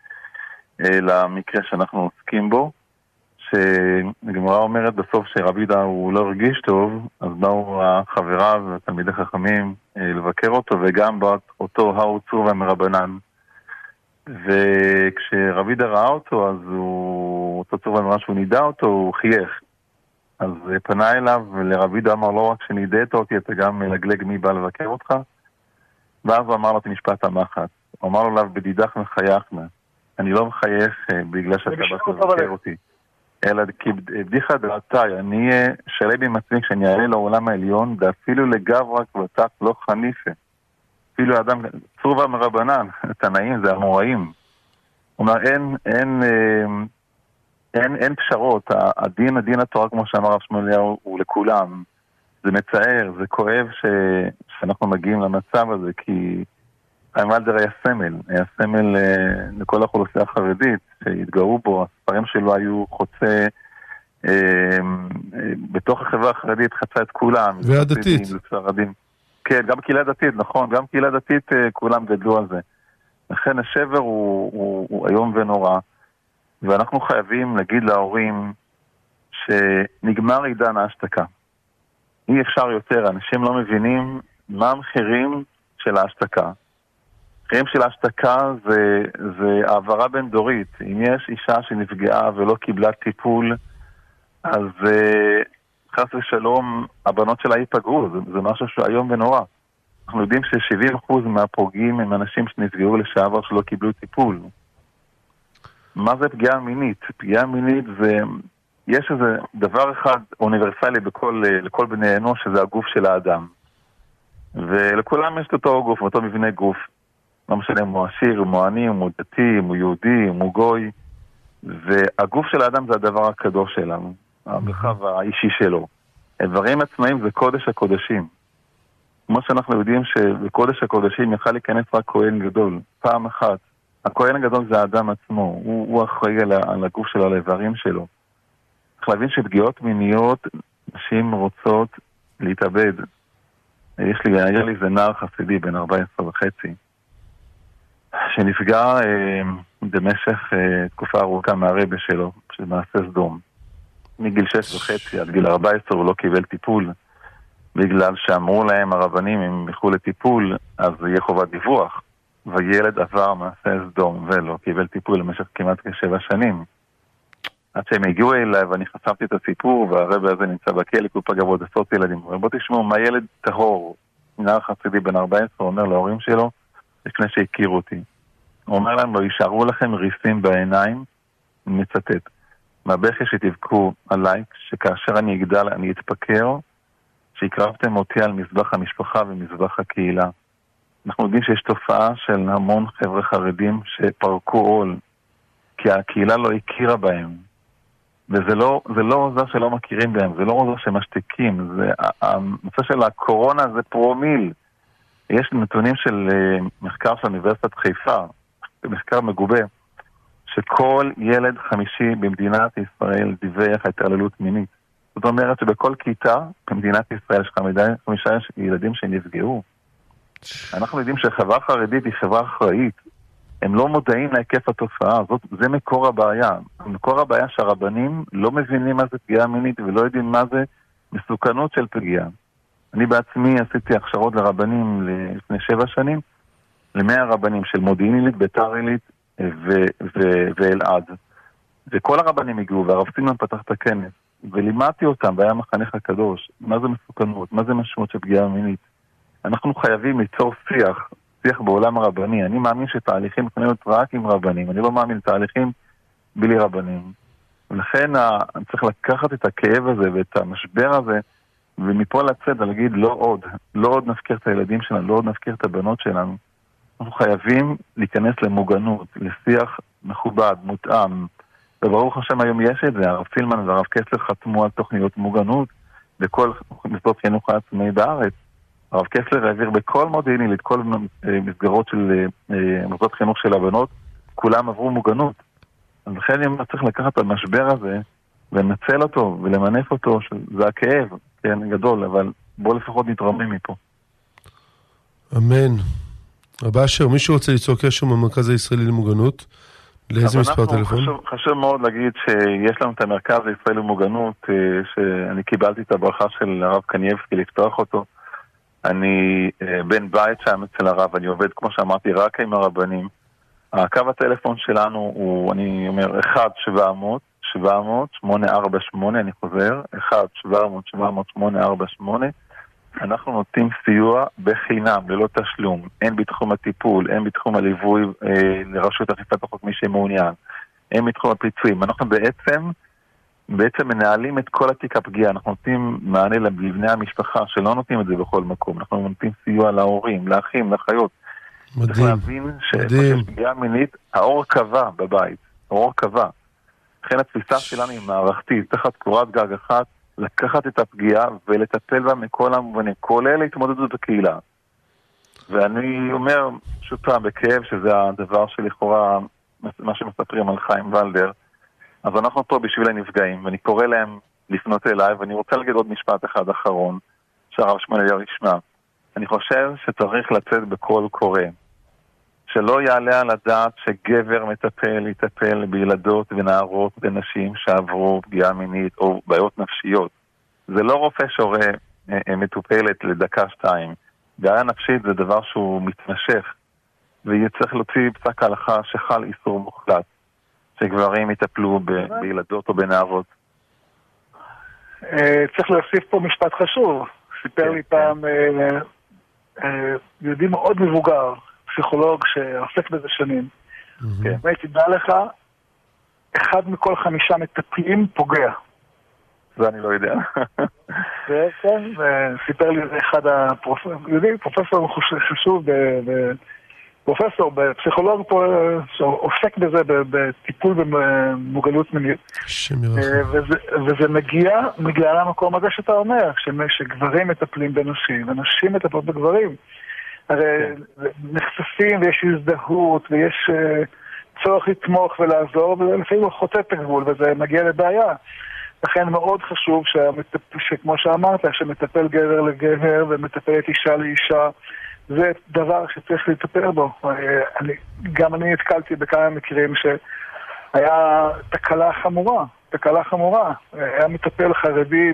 למקרה שאנחנו עוסקים בו, שהגמרא אומרת בסוף שרבי יהודה הוא לא הרגיש טוב, אז באו החבריו והתלמידי חכמים לבקר אותו, וגם באותו הארוצובה מרבנן. וכשרבי יהודה ראה אותו, אז אותו צובה אמרה שהוא נידע אותו, הוא חייך. אז פנה אליו ולרבי יהודה אמר לא רק שנידעת אותי, אתה גם מלגלג מי בא לבקר אותך. ואז הוא אמר לו את משפט המחץ. הוא אמר לו בדידך מחייכנה. אני לא מחייך בגלל שאתה בא לבקר אותי. אלא כי בדיחה דעתיי, אני שלם עם עצמי כשאני אעלה לעולם העליון, ואפילו לגברה קבצת לא חניפה. אפילו האדם, צרובה מרבנן, תנאים, זה המוראים. הוא אומר, אין פשרות. הדין התורה, כמו שאמר הרב שמואל אליהו, הוא לכולם. זה מצער, זה כואב שאנחנו מגיעים למצב הזה, כי חיים ולדר היה סמל לכל האוכלוסייה החרדית, שהתגאו בו, הספרים שלו היו חוצה, בתוך החברה החרדית חצה את כולם. והדתית. כן, גם קהילה דתית, נכון, גם קהילה דתית כולם גדלו על זה. לכן השבר הוא היום ונורא, ואנחנו חייבים להגיד להורים שנגמר עידן ההשתקה. אי אפשר יותר, אנשים לא מבינים מה המחירים של ההשתקה. המחירים של ההשתקה זה העברה בין דורית. אם יש אישה שנפגעה ולא קיבלה טיפול, אז חס ושלום הבנות שלה ייפגעו, זה משהו שהיום ונורא. אנחנו יודעים ש70% מהפוגעים הם אנשים שנפגעו לשעבר שלא קיבלו טיפול. מה זה פגיעה מינית? פגיעה מינית זה, יש איזה דבר אחד אוניברסלי לכל בני אנוש, שזה הגוף של האדם. ולכולם יש אותו גוף, אותו מבנה גוף. לא משנה אם הוא עשיר, אם הוא עני, אם הוא דתי, אם הוא יהודי, אם הוא גוי. והגוף של האדם זה הדבר הקדוש שלנו, המרחב האישי שלו. הדברים עצמאיים זה קודש הקודשים. כמו שאנחנו יודעים שבקודש הקודשים יכל להיכנס רק כהן גדול, פעם אחת. הכהן הגדול זה האדם עצמו, הוא אחראי על הגוף שלו, על האיברים שלו. צריך להבין שפגיעות מיניות, נשים רוצות להתאבד. היה לי זה נער חסידי בן 14 וחצי, שנפגע במשך תקופה ארוכה מהרבא שלו, של מעשה סדום. מגיל 6 וחצי עד גיל 14 הוא לא קיבל טיפול, בגלל שאמרו להם הרבנים, אם ילכו לטיפול, אז יהיה חובת דיווח. וילד עבר מעשה סדום ולא קיבל טיפול למשך כמעט 7 שנים. עד שהם הגיעו אליי ואני חשפתי את הסיפור, והרבא הזה נמצא בכלא, קופה גבוה עשרות ילדים. בוא תשמעו, מה ילד טהור, נער חסידי בן 14, אומר להורים שלו, לפני שהכירו אותי. הוא אומר להם, לא יישארו לכם ריסים בעיניים, מצטט. מהבכי שתבכו עליי, שכאשר אני אגדל, אני אתפקר, שהקרבתם אותי על מזבח המשפחה ומזבח הקהילה. אנחנו יודעים שיש תופעה של המון חבר'ה חרדים שפרקו עול, כי הקהילה לא הכירה בהם. וזה לא עוזר שלא מכירים בהם, זה לא עוזר שמשתיקים. הנושא של הקורונה זה פרומיל. יש נתונים של מחקר של אוניברסיטת חיפה, מחקר מגובה, שכל ילד 5 במדינת ישראל דיווח התעללות מינית. זאת אומרת שבכל כיתה במדינת ישראל יש 5 ילדים שנפגעו. אנחנו יודעים שחברה חרדית היא חברה אחראית. הם לא מודעים להיקף התופעה. זה מקור הבעיה. מקור הבעיה שהרבנים לא מבינים מה זה פגיעה מינית ולא יודעים מה זה מסוכנות של פגיעה. אני בעצמי עשיתי הכשרות לרבנים לפני 7 שנים, ל100 רבנים של מודיעין עילית, ביתר עילית ואלעד. וכל הרבנים הגיעו, והרב סילמן פתח את הכנס, ולימדתי אותם, והיה מחנך הקדוש, מה זה מסוכנות, מה זה משמעות של פגיעה מינית. אנחנו חייבים ליצור שיח בעולם הרבני. אני מאמין שתהליכים יכולים להיות רק עם רבנים, אני לא מאמין לתהליכים בלי רבנים. ולכן אני צריך לקחת את הכאב הזה ואת המשבר הזה, ומפה לצד להגיד לא עוד נפקיר את הילדים שלנו, לא עוד נפקיר את הבנות שלנו. אנחנו חייבים להיכנס למוגנות, לשיח מכובד, מותאם. וברוך השם היום יש את זה, הרב סילמן והרב קסלר חתמו על תוכניות מוגנות בכל מוסדות חינוך העצמאי בארץ. הרב קסלר העביר בכל מודיעין עילית, כל מסגרות של מוסדות חינוך של הבנות, כולם עברו מוגנות. אז לכן אני צריך לקחת את המשבר הזה ולנצל אותו ולמנף אותו, זה הכאב, כן, גדול, אבל בוא לפחות נתרומם מפה. אמן. רבה אשר, מישהו רוצה ליצור קשר מהמרכז הישראלי למוגנות? לאיזה מספר טלפון? חשוב מאוד להגיד שיש לנו את המרכז הישראלי למוגנות, שאני קיבלתי את הברכה של הרב קנייבסקי לפתוח אותו. אני בן בית שם אצל הרב, אני עובד, כמו שאמרתי, רק עם הרבנים. הקו הטלפון שלנו הוא, אני אומר, 1-700-700-848, אני חוזר, 1-700-700-848. אנחנו נותנים סיוע בחינם, ללא תשלום. אין בתחום הטיפול, אין בתחום הליווי לרשות אכיפת החוק מי שמעוניין. אין בתחום הפיצויים. אנחנו בעצם מנהלים את כל התיק הפגיעה. אנחנו נותנים מענה לבני המשפחה שלא נותנים את זה בכל מקום. אנחנו נותנים סיוע להורים, לאחים, לאחיות. מדהים. צריך להבין שפגיעה מינית, האור קבע בבית. האור קבע. לכן התפיסה שלנו היא מערכתית, תחת קורת גג אחת, לקחת את הפגיעה ולטפל בה מכל המובנים, כולל התמודדות בקהילה. ואני אומר, פשוט פעם בכאב, שזה הדבר שלכאורה, מה שמספרים על חיים ולדר, אז אנחנו פה בשביל הנפגעים, ואני קורא להם לפנות אליי, ואני רוצה להגיד עוד משפט אחד אחרון, שהרב שמואל אליהו ישמע. אני חושב שצריך לצאת בקול קורא, שלא יעלה על הדעת שגבר יטפל בילדות ונערות ונשים שעברו פגיעה מינית או בעיות נפשיות. זה לא רופא שורה מטופלת לדקה-2. בעיה נפשית זה דבר שהוא מתמשך, וצריך להוציא פסק ההלכה שחל איסור מוחלט, שגברים יטפלו בילדות או בנערות. צריך להוסיף פה משפט חשוב. סיפר לי פעם יהודי מאוד מבוגר, פסיכולוג שעוסק בזה שנים. תדע לך, 1 מכל 5 מטפלים פוגע. זה אני לא יודע. כן, וסיפר לי זה אחד הפרופסור חשוב פרופסור, פסיכולוג פה, שעוסק בזה, בטיפול במוגנות מינית. וזה מגיע בגלל המקום הזה שאתה אומר, שגברים מטפלים בנשים, ונשים מטפלות בגברים. הרי נחשפים ויש הזדהות, ויש צורך לתמוך ולעזור, ולפעמים הוא חוצה את הגבול, וזה מגיע לבעיה. לכן מאוד חשוב שכמו שאמרת, שמטפל גבר לגבר, ומטפלת אישה לאישה, זה דבר שצריך לטפל בו. גם אני התקלתי בכמה מקרים שהיה תקלה חמורה. היה מטפל חרדי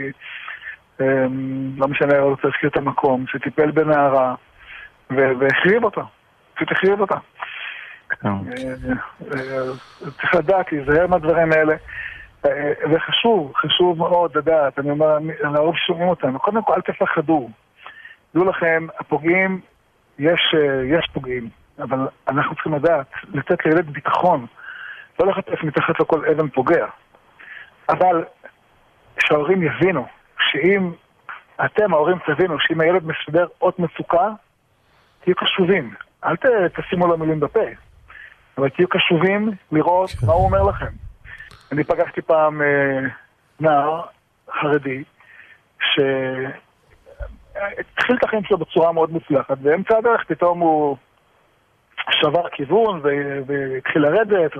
לא משנה, לא רוצה להזכיר את המקום, שטיפל בנערה, והחריב אותה. פשוט החריב אותה. צריך לדעת, להיזהר מהדברים האלה. וחשוב מאוד לדעת, אני אומר, הרוב שומעים אותנו. קודם כל, אל תפחדו. דעו לכם, הפוגעים, יש פוגעים, אבל אנחנו צריכים לדעת, לתת לילד ביטחון, לא לחטף מתחת לכל אבן פוגע. אבל שההורים יבינו, שאם אתם, ההורים, תבינו, שאם הילד מסדר אות מצוקה, תהיו קשובים. אל תשימו לו מילים בפה, אבל תהיו קשובים לראות מה הוא אומר לכם. אני פגשתי פעם נער חרדי, התחיל את החיים שלו בצורה מאוד מוצלחת, באמצע הדרך פתאום הוא שבר כיוון והתחיל לרדת,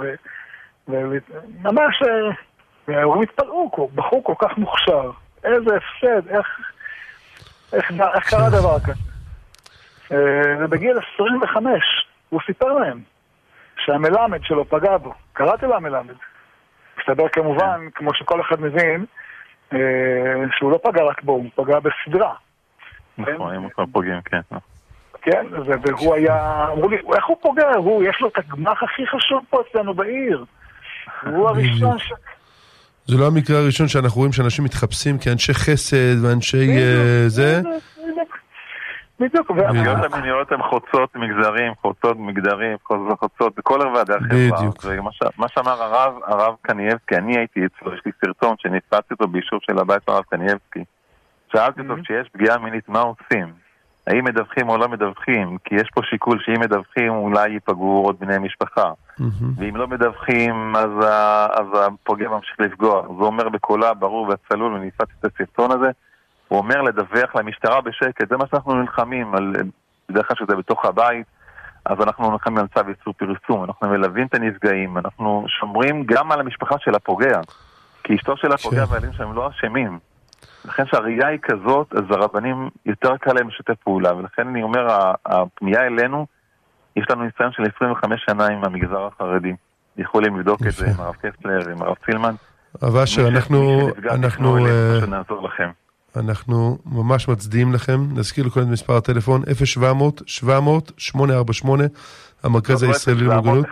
וממש ההורים התפלאו, בחור כל כך מוכשר, איזה הפסד, איך קרה דבר כזה. ובגיל 25 הוא סיפר להם שהמלמד שלו פגע בו, קראתי לו המלמד. מסתבר כמובן, כמו שכל אחד מבין, שהוא לא פגע רק בו, הוא פגע בסדרה. נכון, הם כבר פוגעים, כן. כן, והוא היה, אמרו לי, איך הוא פוגע? יש לו את הגמח הכי חשוב פה אצלנו בעיר. הוא הראשון זה לא המקרה הראשון שאנחנו רואים שאנשים מתחפשים כאנשי חסד ואנשי זה. בדיוק. הפגיעות המיניות הן חוצות מגזרים, חוצות מגדרים, חוצות בכל רבדי החברה. מה שאמר הרב קניאבסקי, אני הייתי אצלו, יש לי סרטון שנתפסתי אותו באישור של הבית הרב קניאבסקי. שאלתי אותו, כשיש פגיעה מינית, מה עושים? האם מדווחים או לא מדווחים? כי יש פה שיקול שאם מדווחים אולי ייפגעו עוד בני משפחה. ואם לא מדווחים, אז הפוגע ממשיך לפגוע. זה אומר בקולה, ברור והצלול, ונתפסתי את הסרטון הזה, הוא אומר לדווח למשטרה בשקט, זה מה שאנחנו נלחמים, בדרך כלל שזה בתוך הבית, אז אנחנו נלחמים על צו איסור פרסום, אנחנו מלווים את הנפגעים, אנחנו שומרים גם על המשפחה של הפוגע, כי אשתו של הפוגע והילדים שהם לא אשמים. לכן שהראייה היא כזאת, אז הרבנים יותר קל להם לשתף פעולה, ולכן אני אומר, הפנייה אלינו, יש לנו ניסיון של 25 שנה עם המגזר החרדי. יכולים לבדוק את זה עם הרב קסלר, עם הרב פילמן. אבל אנחנו נעזור לכם. אנחנו ממש מצדיעים לכם. נזכיר לכם את מספר הטלפון 0-700-700-848, המרכז הישראלי למוגנות.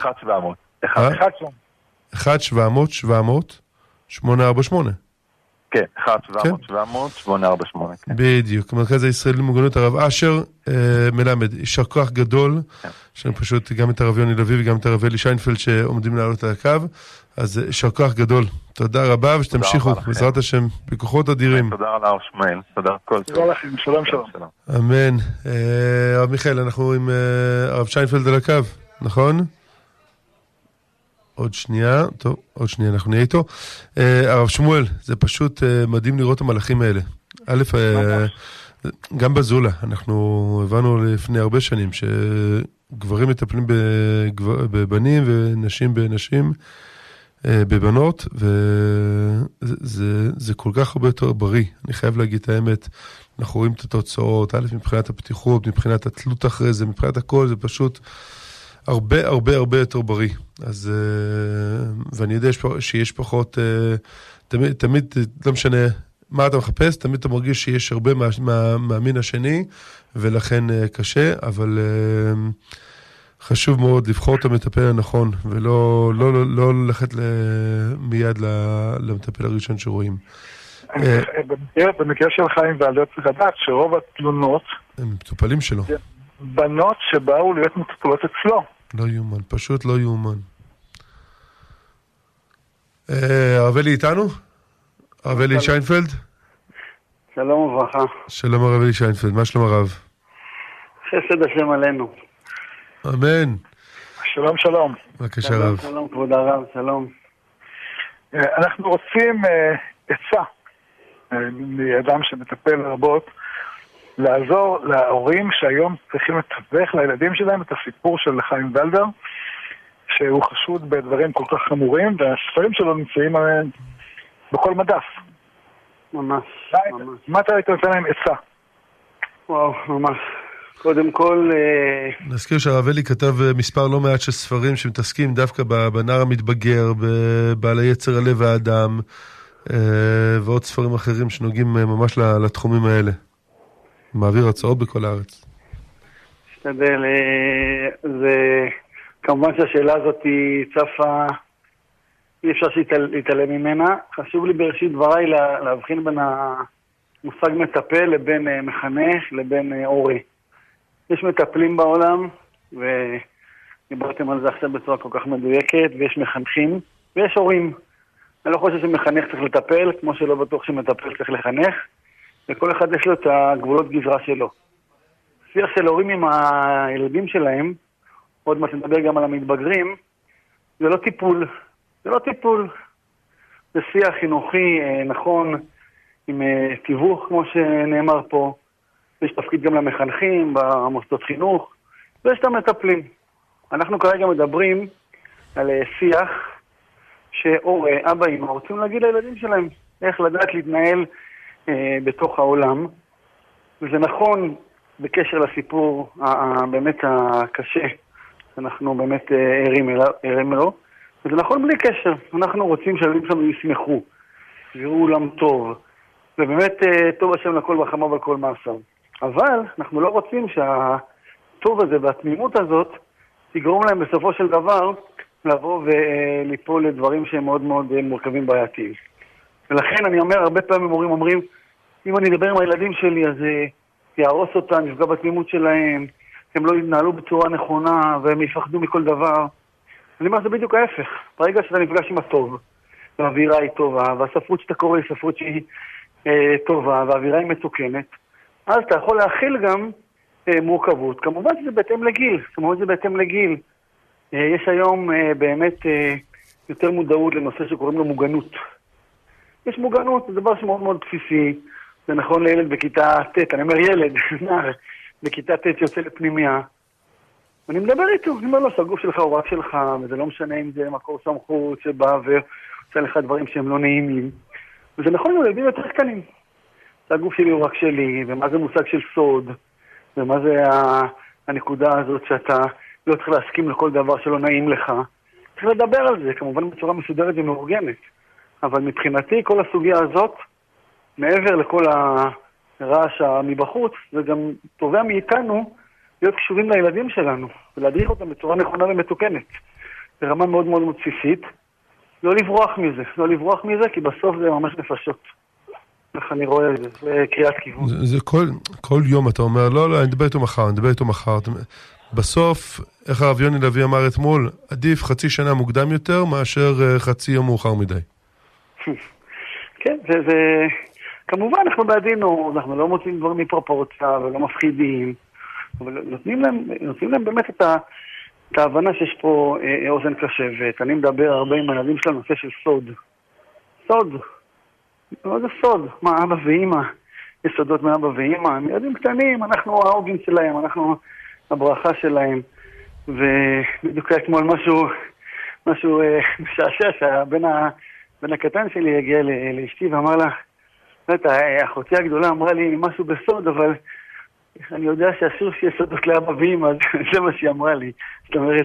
1-700-700-848. כן, 1-700-700-848. בדיוק, המרכז הישראלי למוגנות, הרב אשר מלמד, יישר כוח גדול, שאני פשוט גם את הרב יוני לוי וגם את הרב אלי שיינפלד שעומדים לעלות על הקו, אז יישר כוח גדול. תודה רבה ושתמשיכו, בעזרת השם, בכוחות אדירים. תודה על הרב שמואל, תודה כל טוב. תודה לכם, שלום שלום. אמן. הרב מיכאל, אנחנו עם הרב שיינפלד על הקו, נכון? עוד שנייה, אנחנו נהיה איתו. הרב שמואל, זה פשוט מדהים לראות את המלאכים האלה. א', גם בזולה, אנחנו הבנו לפני הרבה שנים שגברים מטפלים בבנים ונשים בנשים, בבנות, וזה כל כך הרבה יותר בריא. אני חייב להגיד את האמת, אנחנו רואים את התוצאות, א', מבחינת הפתיחות, מבחינת התלות אחרי זה, מבחינת הכל, זה פשוט הרבה הרבה הרבה יותר בריא. אז, ואני יודע שיש פחות, תמיד, לא משנה מה אתה מחפש, תמיד אתה מרגיש שיש הרבה מהמין השני, ולכן קשה, אבל חשוב מאוד לבחור את המטפל הנכון, ולא ללכת מיד למטפל הראשון שרואים. במקרה של חיים ועליות צריך לדעת שרוב התלונות הם מטופלים שלו. בנות שבאו להיות מטופלות אצלו. לא יומן, פשוט לא יומן. הרב אלי איתנו? הרב אלי שיינפלד? שלום וברכה. שלום הרב אלי שיינפלד, מה שלום הרב? חסד השם עלינו. אמן. שלום, שלום. בבקשה רב. שלום, כבוד הרב, שלום. אנחנו רוצים עצה מאדם שמטפל רבות, לעזור להורים שהיום צריכים לתווך לילדים שלהם את הסיפור של חיים ולדר, שהוא חשוד בדברים כל כך חמורים, והספרים שלו נמצאים בכל מדף. ממש. מה אתה היית נותן להם עצה? וואו, ממש. קודם כל... נזכיר שהרב אלי כתב מספר לא מעט של ספרים שמתעסקים דווקא בנער המתבגר, בבעל היצר הלב האדם, ועוד ספרים אחרים שנוגעים ממש לתחומים האלה. מעביר הצעות בכל הארץ. משתדל, זה... כמובן שהשאלה הזאת היא צפה, אי אפשר להתעלם ממנה. חשוב לי בראשית דבריי להבחין בין המושג מטפל לבין מחנך לבין הורה. יש מטפלים בעולם, ודיברתם על זה עכשיו בצורה כל כך מדויקת, ויש מחנכים, ויש הורים. אני לא חושב שמחנך צריך לטפל, כמו שלא בטוח שמטפל צריך לחנך, וכל אחד יש לו את הגבולות גזרה שלו. שיח של הורים עם הילדים שלהם, עוד מעט נדבר גם על המתבגרים, זה לא טיפול. זה לא טיפול. זה שיח חינוכי נכון, עם תיווך כמו שנאמר פה. יש תפקיד גם למחנכים במוסדות חינוך, ויש את המטפלים. אנחנו כרגע מדברים על שיח שהורה, אבא, אמא, רוצים להגיד לילדים שלהם איך לדעת להתנהל בתוך העולם. וזה נכון בקשר לסיפור באמת הקשה, אנחנו באמת ערים לו. וזה נכון בלי קשר. אנחנו רוצים שהילדים שלנו ישמחו, יראו עולם טוב, ובאמת טוב השם לכל בחמה ולכל מעשיו. אבל אנחנו לא רוצים שהטוב הזה והתמימות הזאת תגרום להם בסופו של דבר לבוא וליפול לדברים שהם מאוד מאוד מורכבים בעייתיים. ולכן אני אומר, הרבה פעמים הורים אומרים, אם אני אדבר עם הילדים שלי אז יהרוס אותם, יפגע בתמימות שלהם, הם לא ינהלו בצורה נכונה והם יפחדו מכל דבר. אני אומר, זה בדיוק ההפך. ברגע שאתה נפגש עם הטוב, והאווירה היא טובה, והספרות שאתה קורא היא ספרות שהיא טובה, והאווירה היא מתוקנת, אז אתה יכול להכיל גם מורכבות. כמובן שזה בהתאם לגיל. יש היום באמת יותר מודעות לנושא שקוראים לו מוגנות. יש מוגנות, זה דבר שמאוד מאוד בסיסי. זה נכון לילד בכיתה ט', אני אומר ילד, נער, בכיתה ט' יוצא לפנימיה. אני מדבר איתו, אני אומר לו שהגוף שלך הוא רק שלך, וזה לא משנה אם זה מקור סמכות שבא ועושה לך דברים שהם לא נעימים. וזה נכון לילדים יותר קטנים. הגוף שלי הוא רק שלי, ומה זה מושג של סוד, ומה זה הנקודה הזאת שאתה לא צריך להסכים לכל דבר שלא נעים לך. צריך לדבר על זה, כמובן בצורה מסודרת ומאורגנת. אבל מבחינתי כל הסוגיה הזאת, מעבר לכל הרעש מבחוץ, זה גם תובע מאיתנו להיות קשובים לילדים שלנו, ולהדריך אותם בצורה נכונה ומתוקנת. ברמה מאוד מאוד בסיסית, לא לברוח מזה, כי בסוף זה ממש נפשות. איך אני רואה את זה, זה קריאת כיוון. זה כל יום אתה אומר, לא, אני אדבר איתו מחר. בסוף, איך הרב יוני לוי אמר אתמול, עדיף חצי שנה מוקדם יותר, מאשר חצי יום מאוחר מדי. כן, זה... כמובן, אנחנו בעדינו, אנחנו לא מוצאים דברים מפרופורציה ולא מפחידים, אבל נותנים להם באמת את ההבנה שיש פה אוזן קשבת. אני מדבר הרבה עם הילדים של הנושא של סוד. סוד. לא זה סוד. מה, אבא ואמא? יש סודות מאבא ואמא. הם ילדים קטנים, אנחנו ההוגים שלהם, אנחנו הברכה שלהם. ובדיוק אתמול משהו משעשע שהבן הקטן שלי הגיע לאשתי ואמר לה, אחותי הגדולה אמרה לי משהו בסוד, אבל אני יודע שאסור שיהיה סודות לאבא ואמא, זה מה שהיא אמרה לי. זאת אומרת,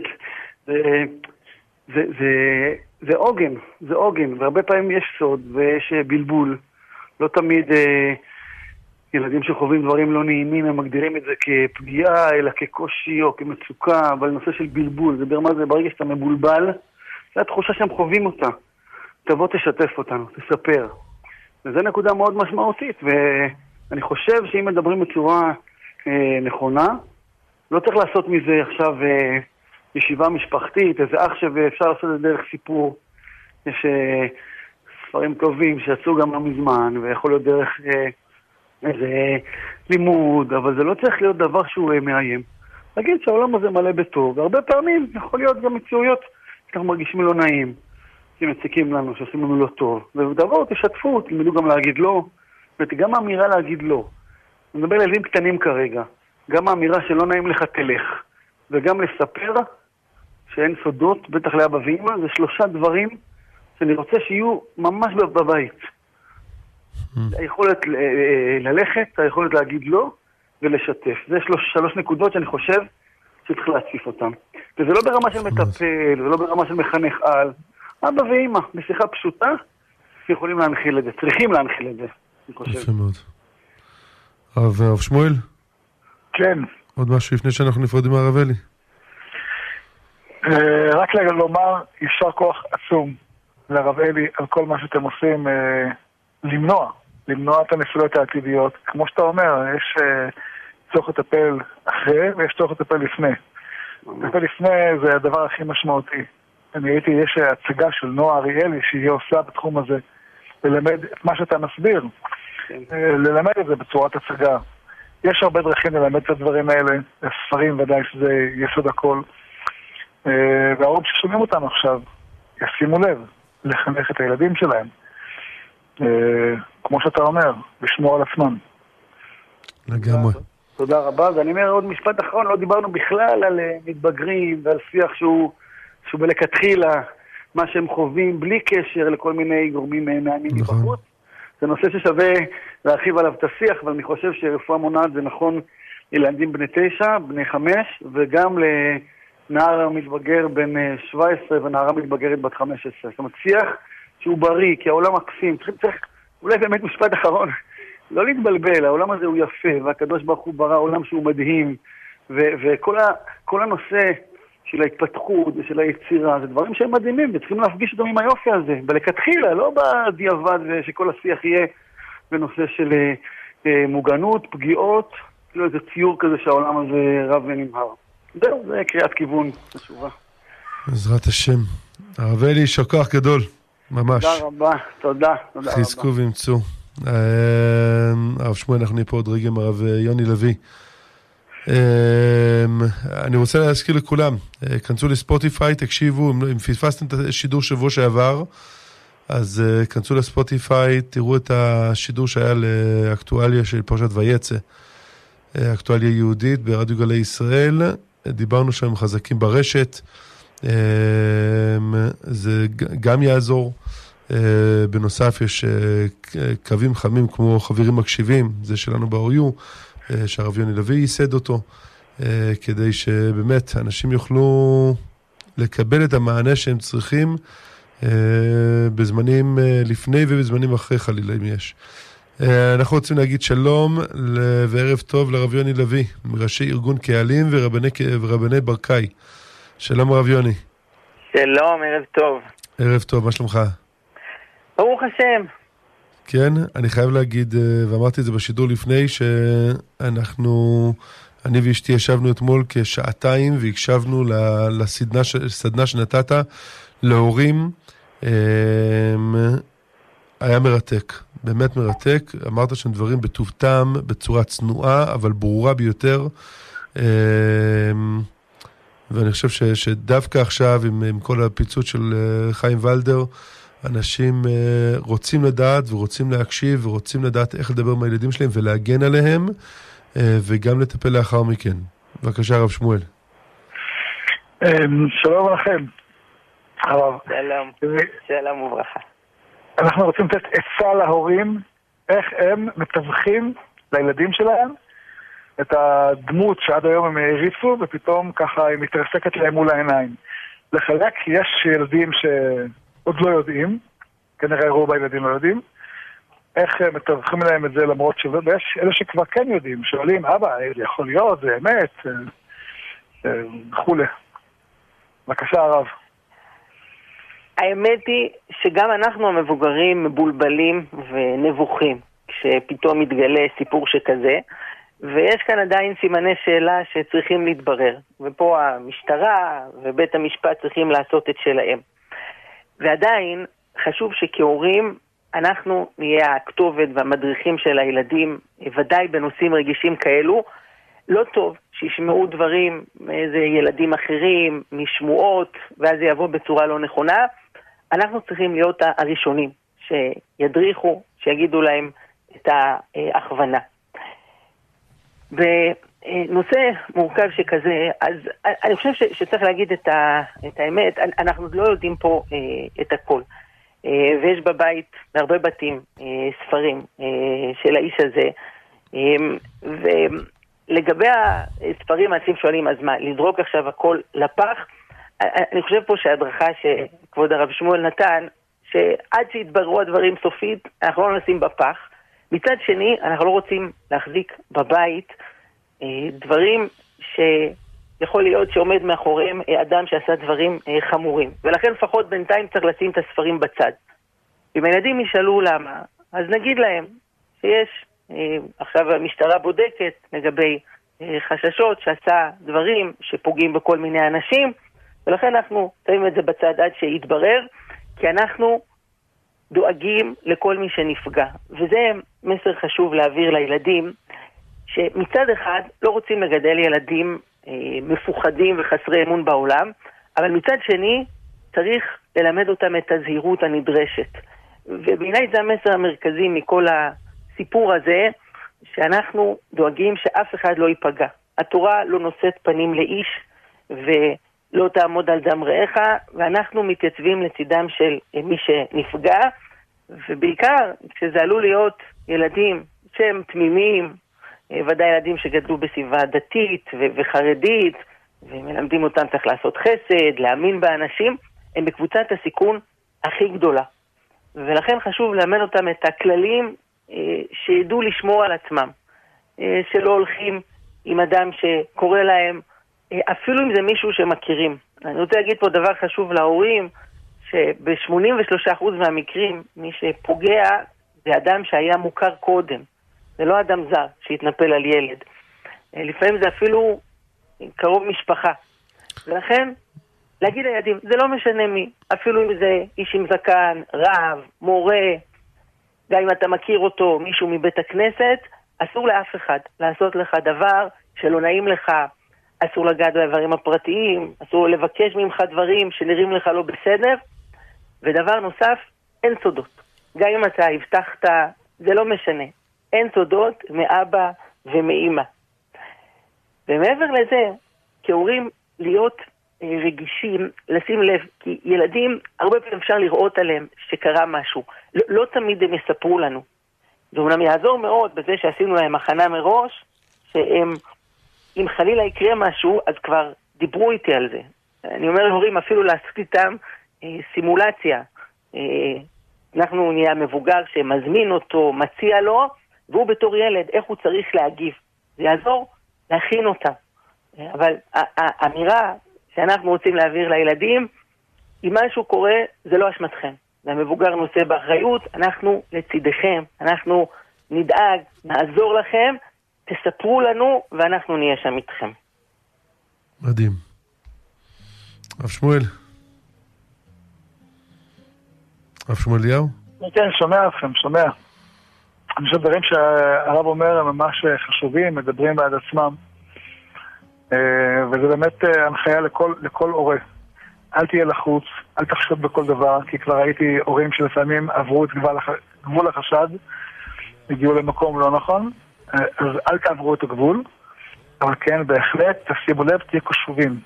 זה עוגן, והרבה פעמים יש סוד ויש בלבול. לא תמיד ילדים שחווים דברים לא נעימים, הם מגדירים את זה כפגיעה, אלא כקושי או כמצוקה, אבל נושא של בלבול, זה ברמה זה ברגע שאתה מבולבל, זה התחושה שהם חווים אותה. תבוא תשתף אותנו, תספר. וזו נקודה מאוד משמעותית, ואני חושב שאם מדברים בצורה נכונה, לא צריך לעשות מזה עכשיו ישיבה משפחתית, איזה אח שאפשר לעשות את זה דרך סיפור. יש ספרים טובים שיצאו גם לא מזמן, ויכול להיות דרך איזה לימוד, אבל זה לא צריך להיות דבר שהוא מאיים. להגיד שהעולם הזה מלא בטוב, והרבה פעמים יכול להיות גם מציאויות שאנחנו מרגישים לא נעים, שמציקים לנו, שעושים לנו לא טוב. ודבר, תשתפו, תלמדו גם להגיד לא, וגם האמירה להגיד לא. אני מדבר על ילדים קטנים כרגע, גם האמירה שלא נעים לך תלך, וגם לספר שאין סודות, בטח לאבא ואמא, זה 3 דברים שאני רוצה שיהיו ממש בבית. היכולת ללכת, היכולת להגיד לא, ולשתף. זה 3 נקודות שאני חושב שצריך להציף אותם. וזה לא ברמה של מטפל, ולא ברמה של מחנך על. אבא ואמא, בשיחה פשוטה, יכולים להנחיל את זה, צריכים להנחיל את זה, אני חושב. יפה מאוד. הרב שמואל? כן. עוד משהו לפני שאנחנו נפרדים מהרב אלי? רק לומר, יישר כוח עצום לרב אלי על כל מה שאתם עושים, למנוע את הנפילות העתידיות. כמו שאתה אומר, יש צורך לטפל אחרי ויש צורך לטפל לפני. לטפל לפני זה הדבר הכי משמעותי. אני ראיתי, יש הצגה של נועה אריאלי שהיא עושה בתחום הזה, ללמד את מה שאתה מסביר, ללמד את זה בצורת הצגה. יש הרבה דרכים ללמד את הדברים האלה, ספרים ודאי שזה יסוד הכל. והרוב ששומעים אותנו עכשיו, ישימו לב, לחנך את הילדים שלהם. כמו שאתה אומר, לשמור על עצמם. לגמרי. תודה רבה, ואני אומר עוד משפט אחרון, לא דיברנו בכלל על מתבגרים ועל שיח שהוא בלכתחילה מה שהם חווים בלי קשר לכל מיני גורמים מעניינים מבחוץ. זה נושא ששווה להרחיב עליו את השיח, אבל אני חושב שרפואה מונעת זה נכון לילדים בני 9, בני 5, וגם לנער מתבגר בן 17 ונערה מתבגרת בת 15. זאת אומרת, שיח שהוא בריא, כי העולם מקסים. צריך אולי באמת משפט אחרון, לא להתבלבל, העולם הזה הוא יפה, והקדוש ברוך הוא ברא עולם שהוא מדהים, וכל הנושא של ההתפתחות ושל היצירה, זה דברים שהם מדהימים, וצריכים להפגיש אותם עם היופי הזה, בלכתחילה, לא בדיעבד, ושכל השיח יהיה בנושא של מוגנות, פגיעות, כאילו איזה ציור כזה שהעולם הזה רב ונמהר. זהו, זה קריאת כיוון חשובה. בעזרת השם. הרב אלי, יישר כוח גדול, ממש. תודה רבה, תודה רבה. חזקו וימצאו. הרב שמואל, אנחנו נהיה פה עוד רגע עם הרב יוני לוי. אני רוצה להזכיר לכולם, כנסו לספוטיפיי, תקשיבו, אם פספסתם את השידור שבוע שעבר, אז כנסו לספוטיפיי, תראו את השידור שהיה לאקטואליה של פרשת ויצא, אקטואליה יהודית ברדיו גלי ישראל. דיברנו שם חזקים ברשת, זה גם יעזור. בנוסף יש קווים חמים כמו חברים מקשיבים, זה שלנו ב-OU, שהרב יוני לוי ייסד אותו, כדי שבאמת אנשים יוכלו לקבל את המענה שהם צריכים בזמנים לפני ובזמנים אחרי חלילה אם יש. אנחנו רוצים להגיד שלום וערב טוב לרב יוני לוי, מראשי ארגון קהלים ורבני ברקאי. שלום הרב יוני. שלום, ערב טוב. ערב טוב, מה שלומך? ברוך השם. כן, אני חייב להגיד, ואמרתי את זה בשידור לפני, שאנחנו, אני ואשתי ישבנו אתמול כשעתיים והקשבנו לסדנה שנתת להורים. היה מרתק, באמת מרתק. אמרת שם דברים בטוב טעם, בצורה צנועה, אבל ברורה ביותר. ואני חושב שדווקא עכשיו, עם כל הפיצוץ של חיים ולדר, אנשים רוצים לדעת ורוצים להקשיב ורוצים לדעת איך לדבר עם הילדים שלהם ולהגן עליהם וגם לטפל לאחר מכן. בבקשה הרב שמואל. שלום לכם. שלום, שלום וברכה. אנחנו רוצים לתת עצה להורים איך הם מתווכים לילדים שלהם את הדמות שעד היום הם העריצו ופתאום ככה היא מתרסקת להם מול העיניים. לחלק, יש ילדים עוד לא יודעים, כנראה רוב הילדים לא יודעים, איך מתווכים להם את זה למרות ויש אלה שכבר כן יודעים, שואלים, אבא, זה יכול להיות, זה אמת, וכו'. בבקשה הרב. האמת היא שגם אנחנו המבוגרים מבולבלים ונבוכים, כשפתאום מתגלה סיפור שכזה, ויש כאן עדיין סימני שאלה שצריכים להתברר, ופה המשטרה ובית המשפט צריכים לעשות את שלהם. ועדיין חשוב שכהורים אנחנו נהיה הכתובת והמדריכים של הילדים, ודאי בנושאים רגישים כאלו, לא טוב שישמעו דברים מאיזה ילדים אחרים, משמועות, ואז זה יבוא בצורה לא נכונה. אנחנו צריכים להיות הראשונים שידריכו, שיגידו להם את ההכוונה. בנושא מורכב שכזה, אז אני חושב שצריך להגיד את האמת, אנחנו לא יודעים פה את הכל. ויש בבית, בהרבה בתים, ספרים של האיש הזה, ולגבי הספרים, אנשים שואלים, אז מה, לדרוק עכשיו הכל לפח? אני חושב פה שההדרכה שכבוד הרב שמואל נתן, שעד שהתבררו הדברים סופית, אנחנו לא נשים בפח. מצד שני, אנחנו לא רוצים להחזיק בבית דברים שיכול להיות שעומד מאחוריהם אדם שעשה דברים חמורים. ולכן לפחות בינתיים צריך לשים את הספרים בצד. אם הילדים ישאלו למה, אז נגיד להם שיש, עכשיו המשטרה בודקת לגבי חששות שעשה דברים שפוגעים בכל מיני אנשים, ולכן אנחנו שמים את זה בצד עד שיתברר, כי אנחנו דואגים לכל מי שנפגע. וזה מסר חשוב להעביר לילדים, שמצד אחד לא רוצים לגדל ילדים מפוחדים וחסרי אמון בעולם, אבל מצד שני צריך ללמד אותם את הזהירות הנדרשת. ובעיניי זה המסר המרכזי מכל הסיפור הזה, שאנחנו דואגים שאף אחד לא ייפגע. התורה לא נושאת פנים לאיש ולא תעמוד על דם רעך, ואנחנו מתייצבים לצידם של מי שנפגע, ובעיקר כשזה עלול להיות ילדים שהם תמימים, ודאי ילדים שגדלו בסביבה דתית וחרדית, ומלמדים אותם צריך לעשות חסד, להאמין באנשים, הם בקבוצת הסיכון הכי גדולה. ולכן חשוב לאמן אותם את הכללים שידעו לשמור על עצמם, שלא הולכים עם אדם שקורא להם, אפילו אם זה מישהו שמכירים. אני רוצה להגיד פה דבר חשוב להורים, שב-83% מהמקרים מי שפוגע זה אדם שהיה מוכר קודם, זה לא אדם זר שהתנפל על ילד. לפעמים זה אפילו קרוב משפחה. ולכן להגיד לילדים, זה לא משנה מי, אפילו אם זה איש עם זקן, רב, מורה, גם אם אתה מכיר אותו, מישהו מבית הכנסת, אסור לאף אחד לעשות לך דבר שלא נעים לך, אסור לגעת באיברים הפרטיים, אסור לבקש ממך דברים שנראים לך לא בסדר, ודבר נוסף, אין סודות. גם אם אתה הבטחת, זה לא משנה. אין סודות מאבא ומאמא. ומעבר לזה, כהורים להיות רגישים, לשים לב, כי ילדים, הרבה פעמים אפשר לראות עליהם שקרה משהו. לא תמיד הם יספרו לנו. זה אומנם יעזור מאוד בזה שעשינו להם הכנה מראש, שהם, אם חלילה יקרה משהו, אז כבר דיברו איתי על זה. אני אומר להורים אפילו לעשות איתם סימולציה. אנחנו נהיה מבוגר שמזמין אותו, מציע לו, והוא בתור ילד, איך הוא צריך להגיב. זה יעזור להכין אותם. אבל האמירה שאנחנו רוצים להעביר לילדים, אם משהו קורה, זה לא אשמתכם. והמבוגר נושא באחריות, אנחנו לצידכם, אנחנו נדאג, נעזור לכם, תספרו לנו, ואנחנו נהיה שם איתכם. מדהים. רב שמואל. רב שמואל אליהו? כן, שומע אתכם, שומע. אני חושב דברים שהרב אומר הם ממש חשובים, מדברים בעד עצמם. וזה באמת הנחיה לכל הורה. אל תהיה לחוץ, אל תחשוד בכל דבר, כי כבר ראיתי הורים שלפעמים עברו את גבול החשד, הגיעו למקום לא נכון, אז אל תעברו את הגבול, אבל כן, בהחלט, תשימו לב, תהיה קשובים.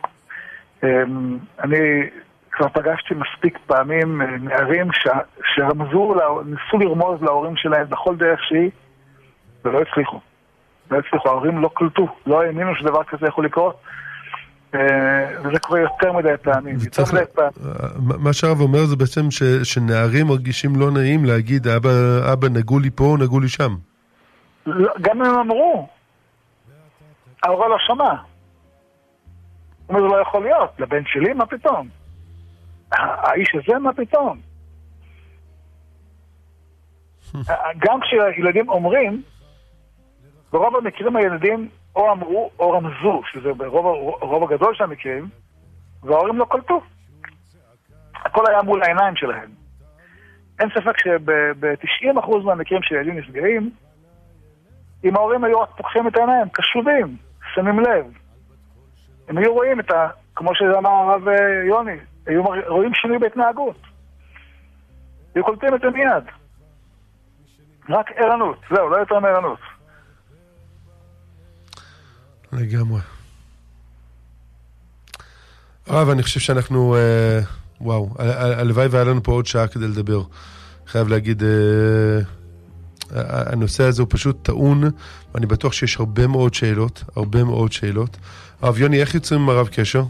אני כבר פגשתי מספיק פעמים נערים שרמזו, ניסו לרמוז להורים שלהם בכל דרך שהיא, ולא הצליחו. ההורים לא קלטו, לא האמינו שדבר כזה יכול לקרות, וזה קורה יותר מדי פעמים. מה שהרב אומר זה בעצם שנערים מרגישים לא נעים להגיד, אבא נגעו לי פה, נגעו לי שם. גם אם הם אמרו, ההורה לא שמע. הוא אומר, זה לא יכול להיות, לבן שלי, מה פתאום? האיש הזה, מה פתאום? גם כשילדים אומרים, ברוב המקרים הילדים או אמרו או רמזו, שזה ברוב הגדול של המקרים, וההורים לא קלטו. הכל היה מול העיניים שלהם. אין ספק שב-90% מהמקרים שילדים נפגעים, אם ההורים היו רק פוקחים את העיניים, קשובים, שמים לב. הם היו רואים כמו שאמר הרב יוני, היו רואים שינוי בהתנהגות. היו קולטים את זה מיד. רק ערנות, זהו, לא יותר מערנות. לגמרי. הרב, אני חושב שאנחנו, וואו, הלוואי והיה לנו פה עוד שעה כדי לדבר. חייב להגיד, הנושא הזה הוא פשוט טעון, ואני בטוח שיש הרבה מאוד שאלות. הרב יוני, איך יוצאים עם הרב קשר?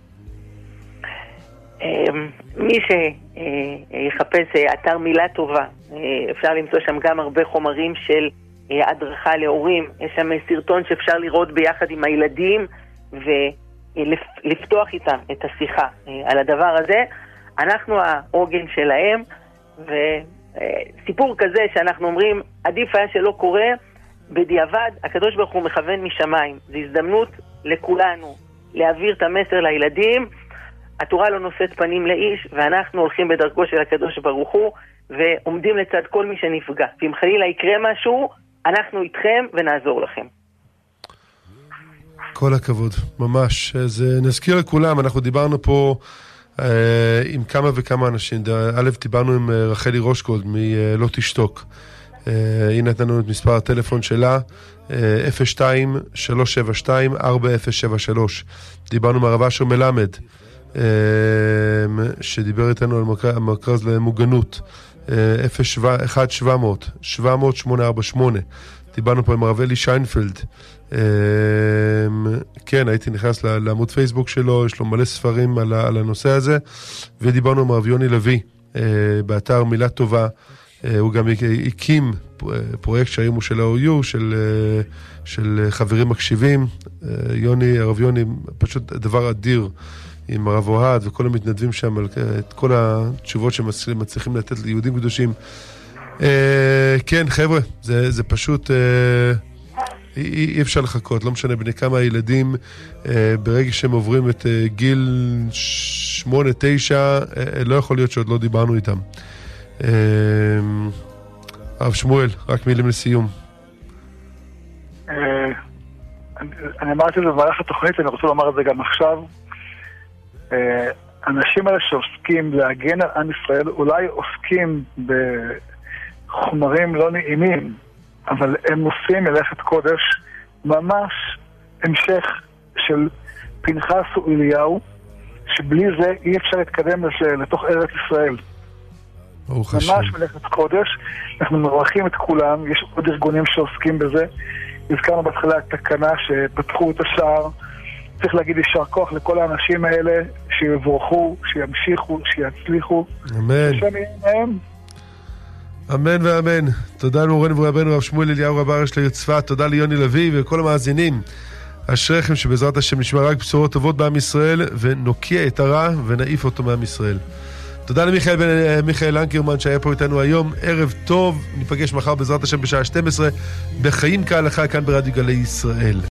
מי שיחפש אתר מילה טובה, אפשר למצוא שם גם הרבה חומרים של הדרכה להורים. יש שם סרטון שאפשר לראות ביחד עם הילדים ולפתוח איתם את השיחה על הדבר הזה. אנחנו העוגן שלהם, וסיפור כזה שאנחנו אומרים עדיף היה שלא קורה, בדיעבד הקדוש ברוך הוא מכוון משמיים. זו הזדמנות לכולנו להעביר את המסר לילדים. התורה לא נושאת פנים לאיש, ואנחנו הולכים בדרכו של הקדוש ברוך הוא ועומדים לצד כל מי שנפגע. ואם חלילה יקרה משהו, אנחנו איתכם ונעזור לכם. כל הכבוד, ממש. אז נזכיר לכולם, אנחנו דיברנו פה עם כמה וכמה אנשים. א', דיברנו עם רחלי רושקולד מלא תשתוק. היא נתנו את מספר הטלפון שלה, 02-372-4073. דיברנו מהרב אשר מלמד, שדיבר איתנו על המרכז למוגנות, 1-700-700-848. דיברנו פה עם הרב אלי שיינפלד. כן, הייתי נכנס לעמוד פייסבוק שלו, יש לו מלא ספרים על הנושא הזה. ודיברנו עם הרב יוני לוי, באתר מילה טובה. הוא גם הקים פרויקט שהיום הוא של ה-OU, של חברים מקשיבים. הרב יוני, פשוט דבר אדיר, עם הרב אוהד וכל המתנדבים שם, את כל התשובות שמצליחים לתת ליהודים קדושים. כן, חבר'ה, זה פשוט, אי אפשר לחכות, לא משנה בני כמה הילדים, ברגע שהם עוברים את גיל 8-9, לא יכול להיות שעוד לא דיברנו איתם. הרב שמואל, רק מילים לסיום. אני אמרתי את זה במהלך התוכנית, אני רוצה לומר את זה גם עכשיו. אנשים האלה שעוסקים להגן על עם ישראל, אולי עוסקים בחומרים לא נעימים, אבל הם עושים מלאכת קודש, ממש המשך של פנחס ואליהו, שבלי זה אי אפשר להתקדם לתוך ארץ ישראל. ממש מלאכת קודש. אנחנו מברכים את כולם, יש עוד ארגונים שעוסקים בזה. הזכרנו בהתחלה תקנה שפתחו את השער. צריך להגיד יישר כוח לכל האנשים האלה, שיבורכו, שימשיכו, שיצליחו. אמן. השם יהיה מהם. אמן ואמן. תודה למורנו ורבנו הרב שמואל אליהו רב הראשי לעיר צפת. תודה ליוני לוי ולכל המאזינים. אשריכם שבעזרת השם נשמע רק בשורות טובות בעם ישראל, ונוקיע את הרע ונעיף אותו מעם ישראל. תודה למיכאל אנקרמן שהיה פה איתנו היום. ערב טוב, ניפגש מחר בעזרת השם בשעה 12 בחיים כהלכה כאן ברדיו גלי ישראל.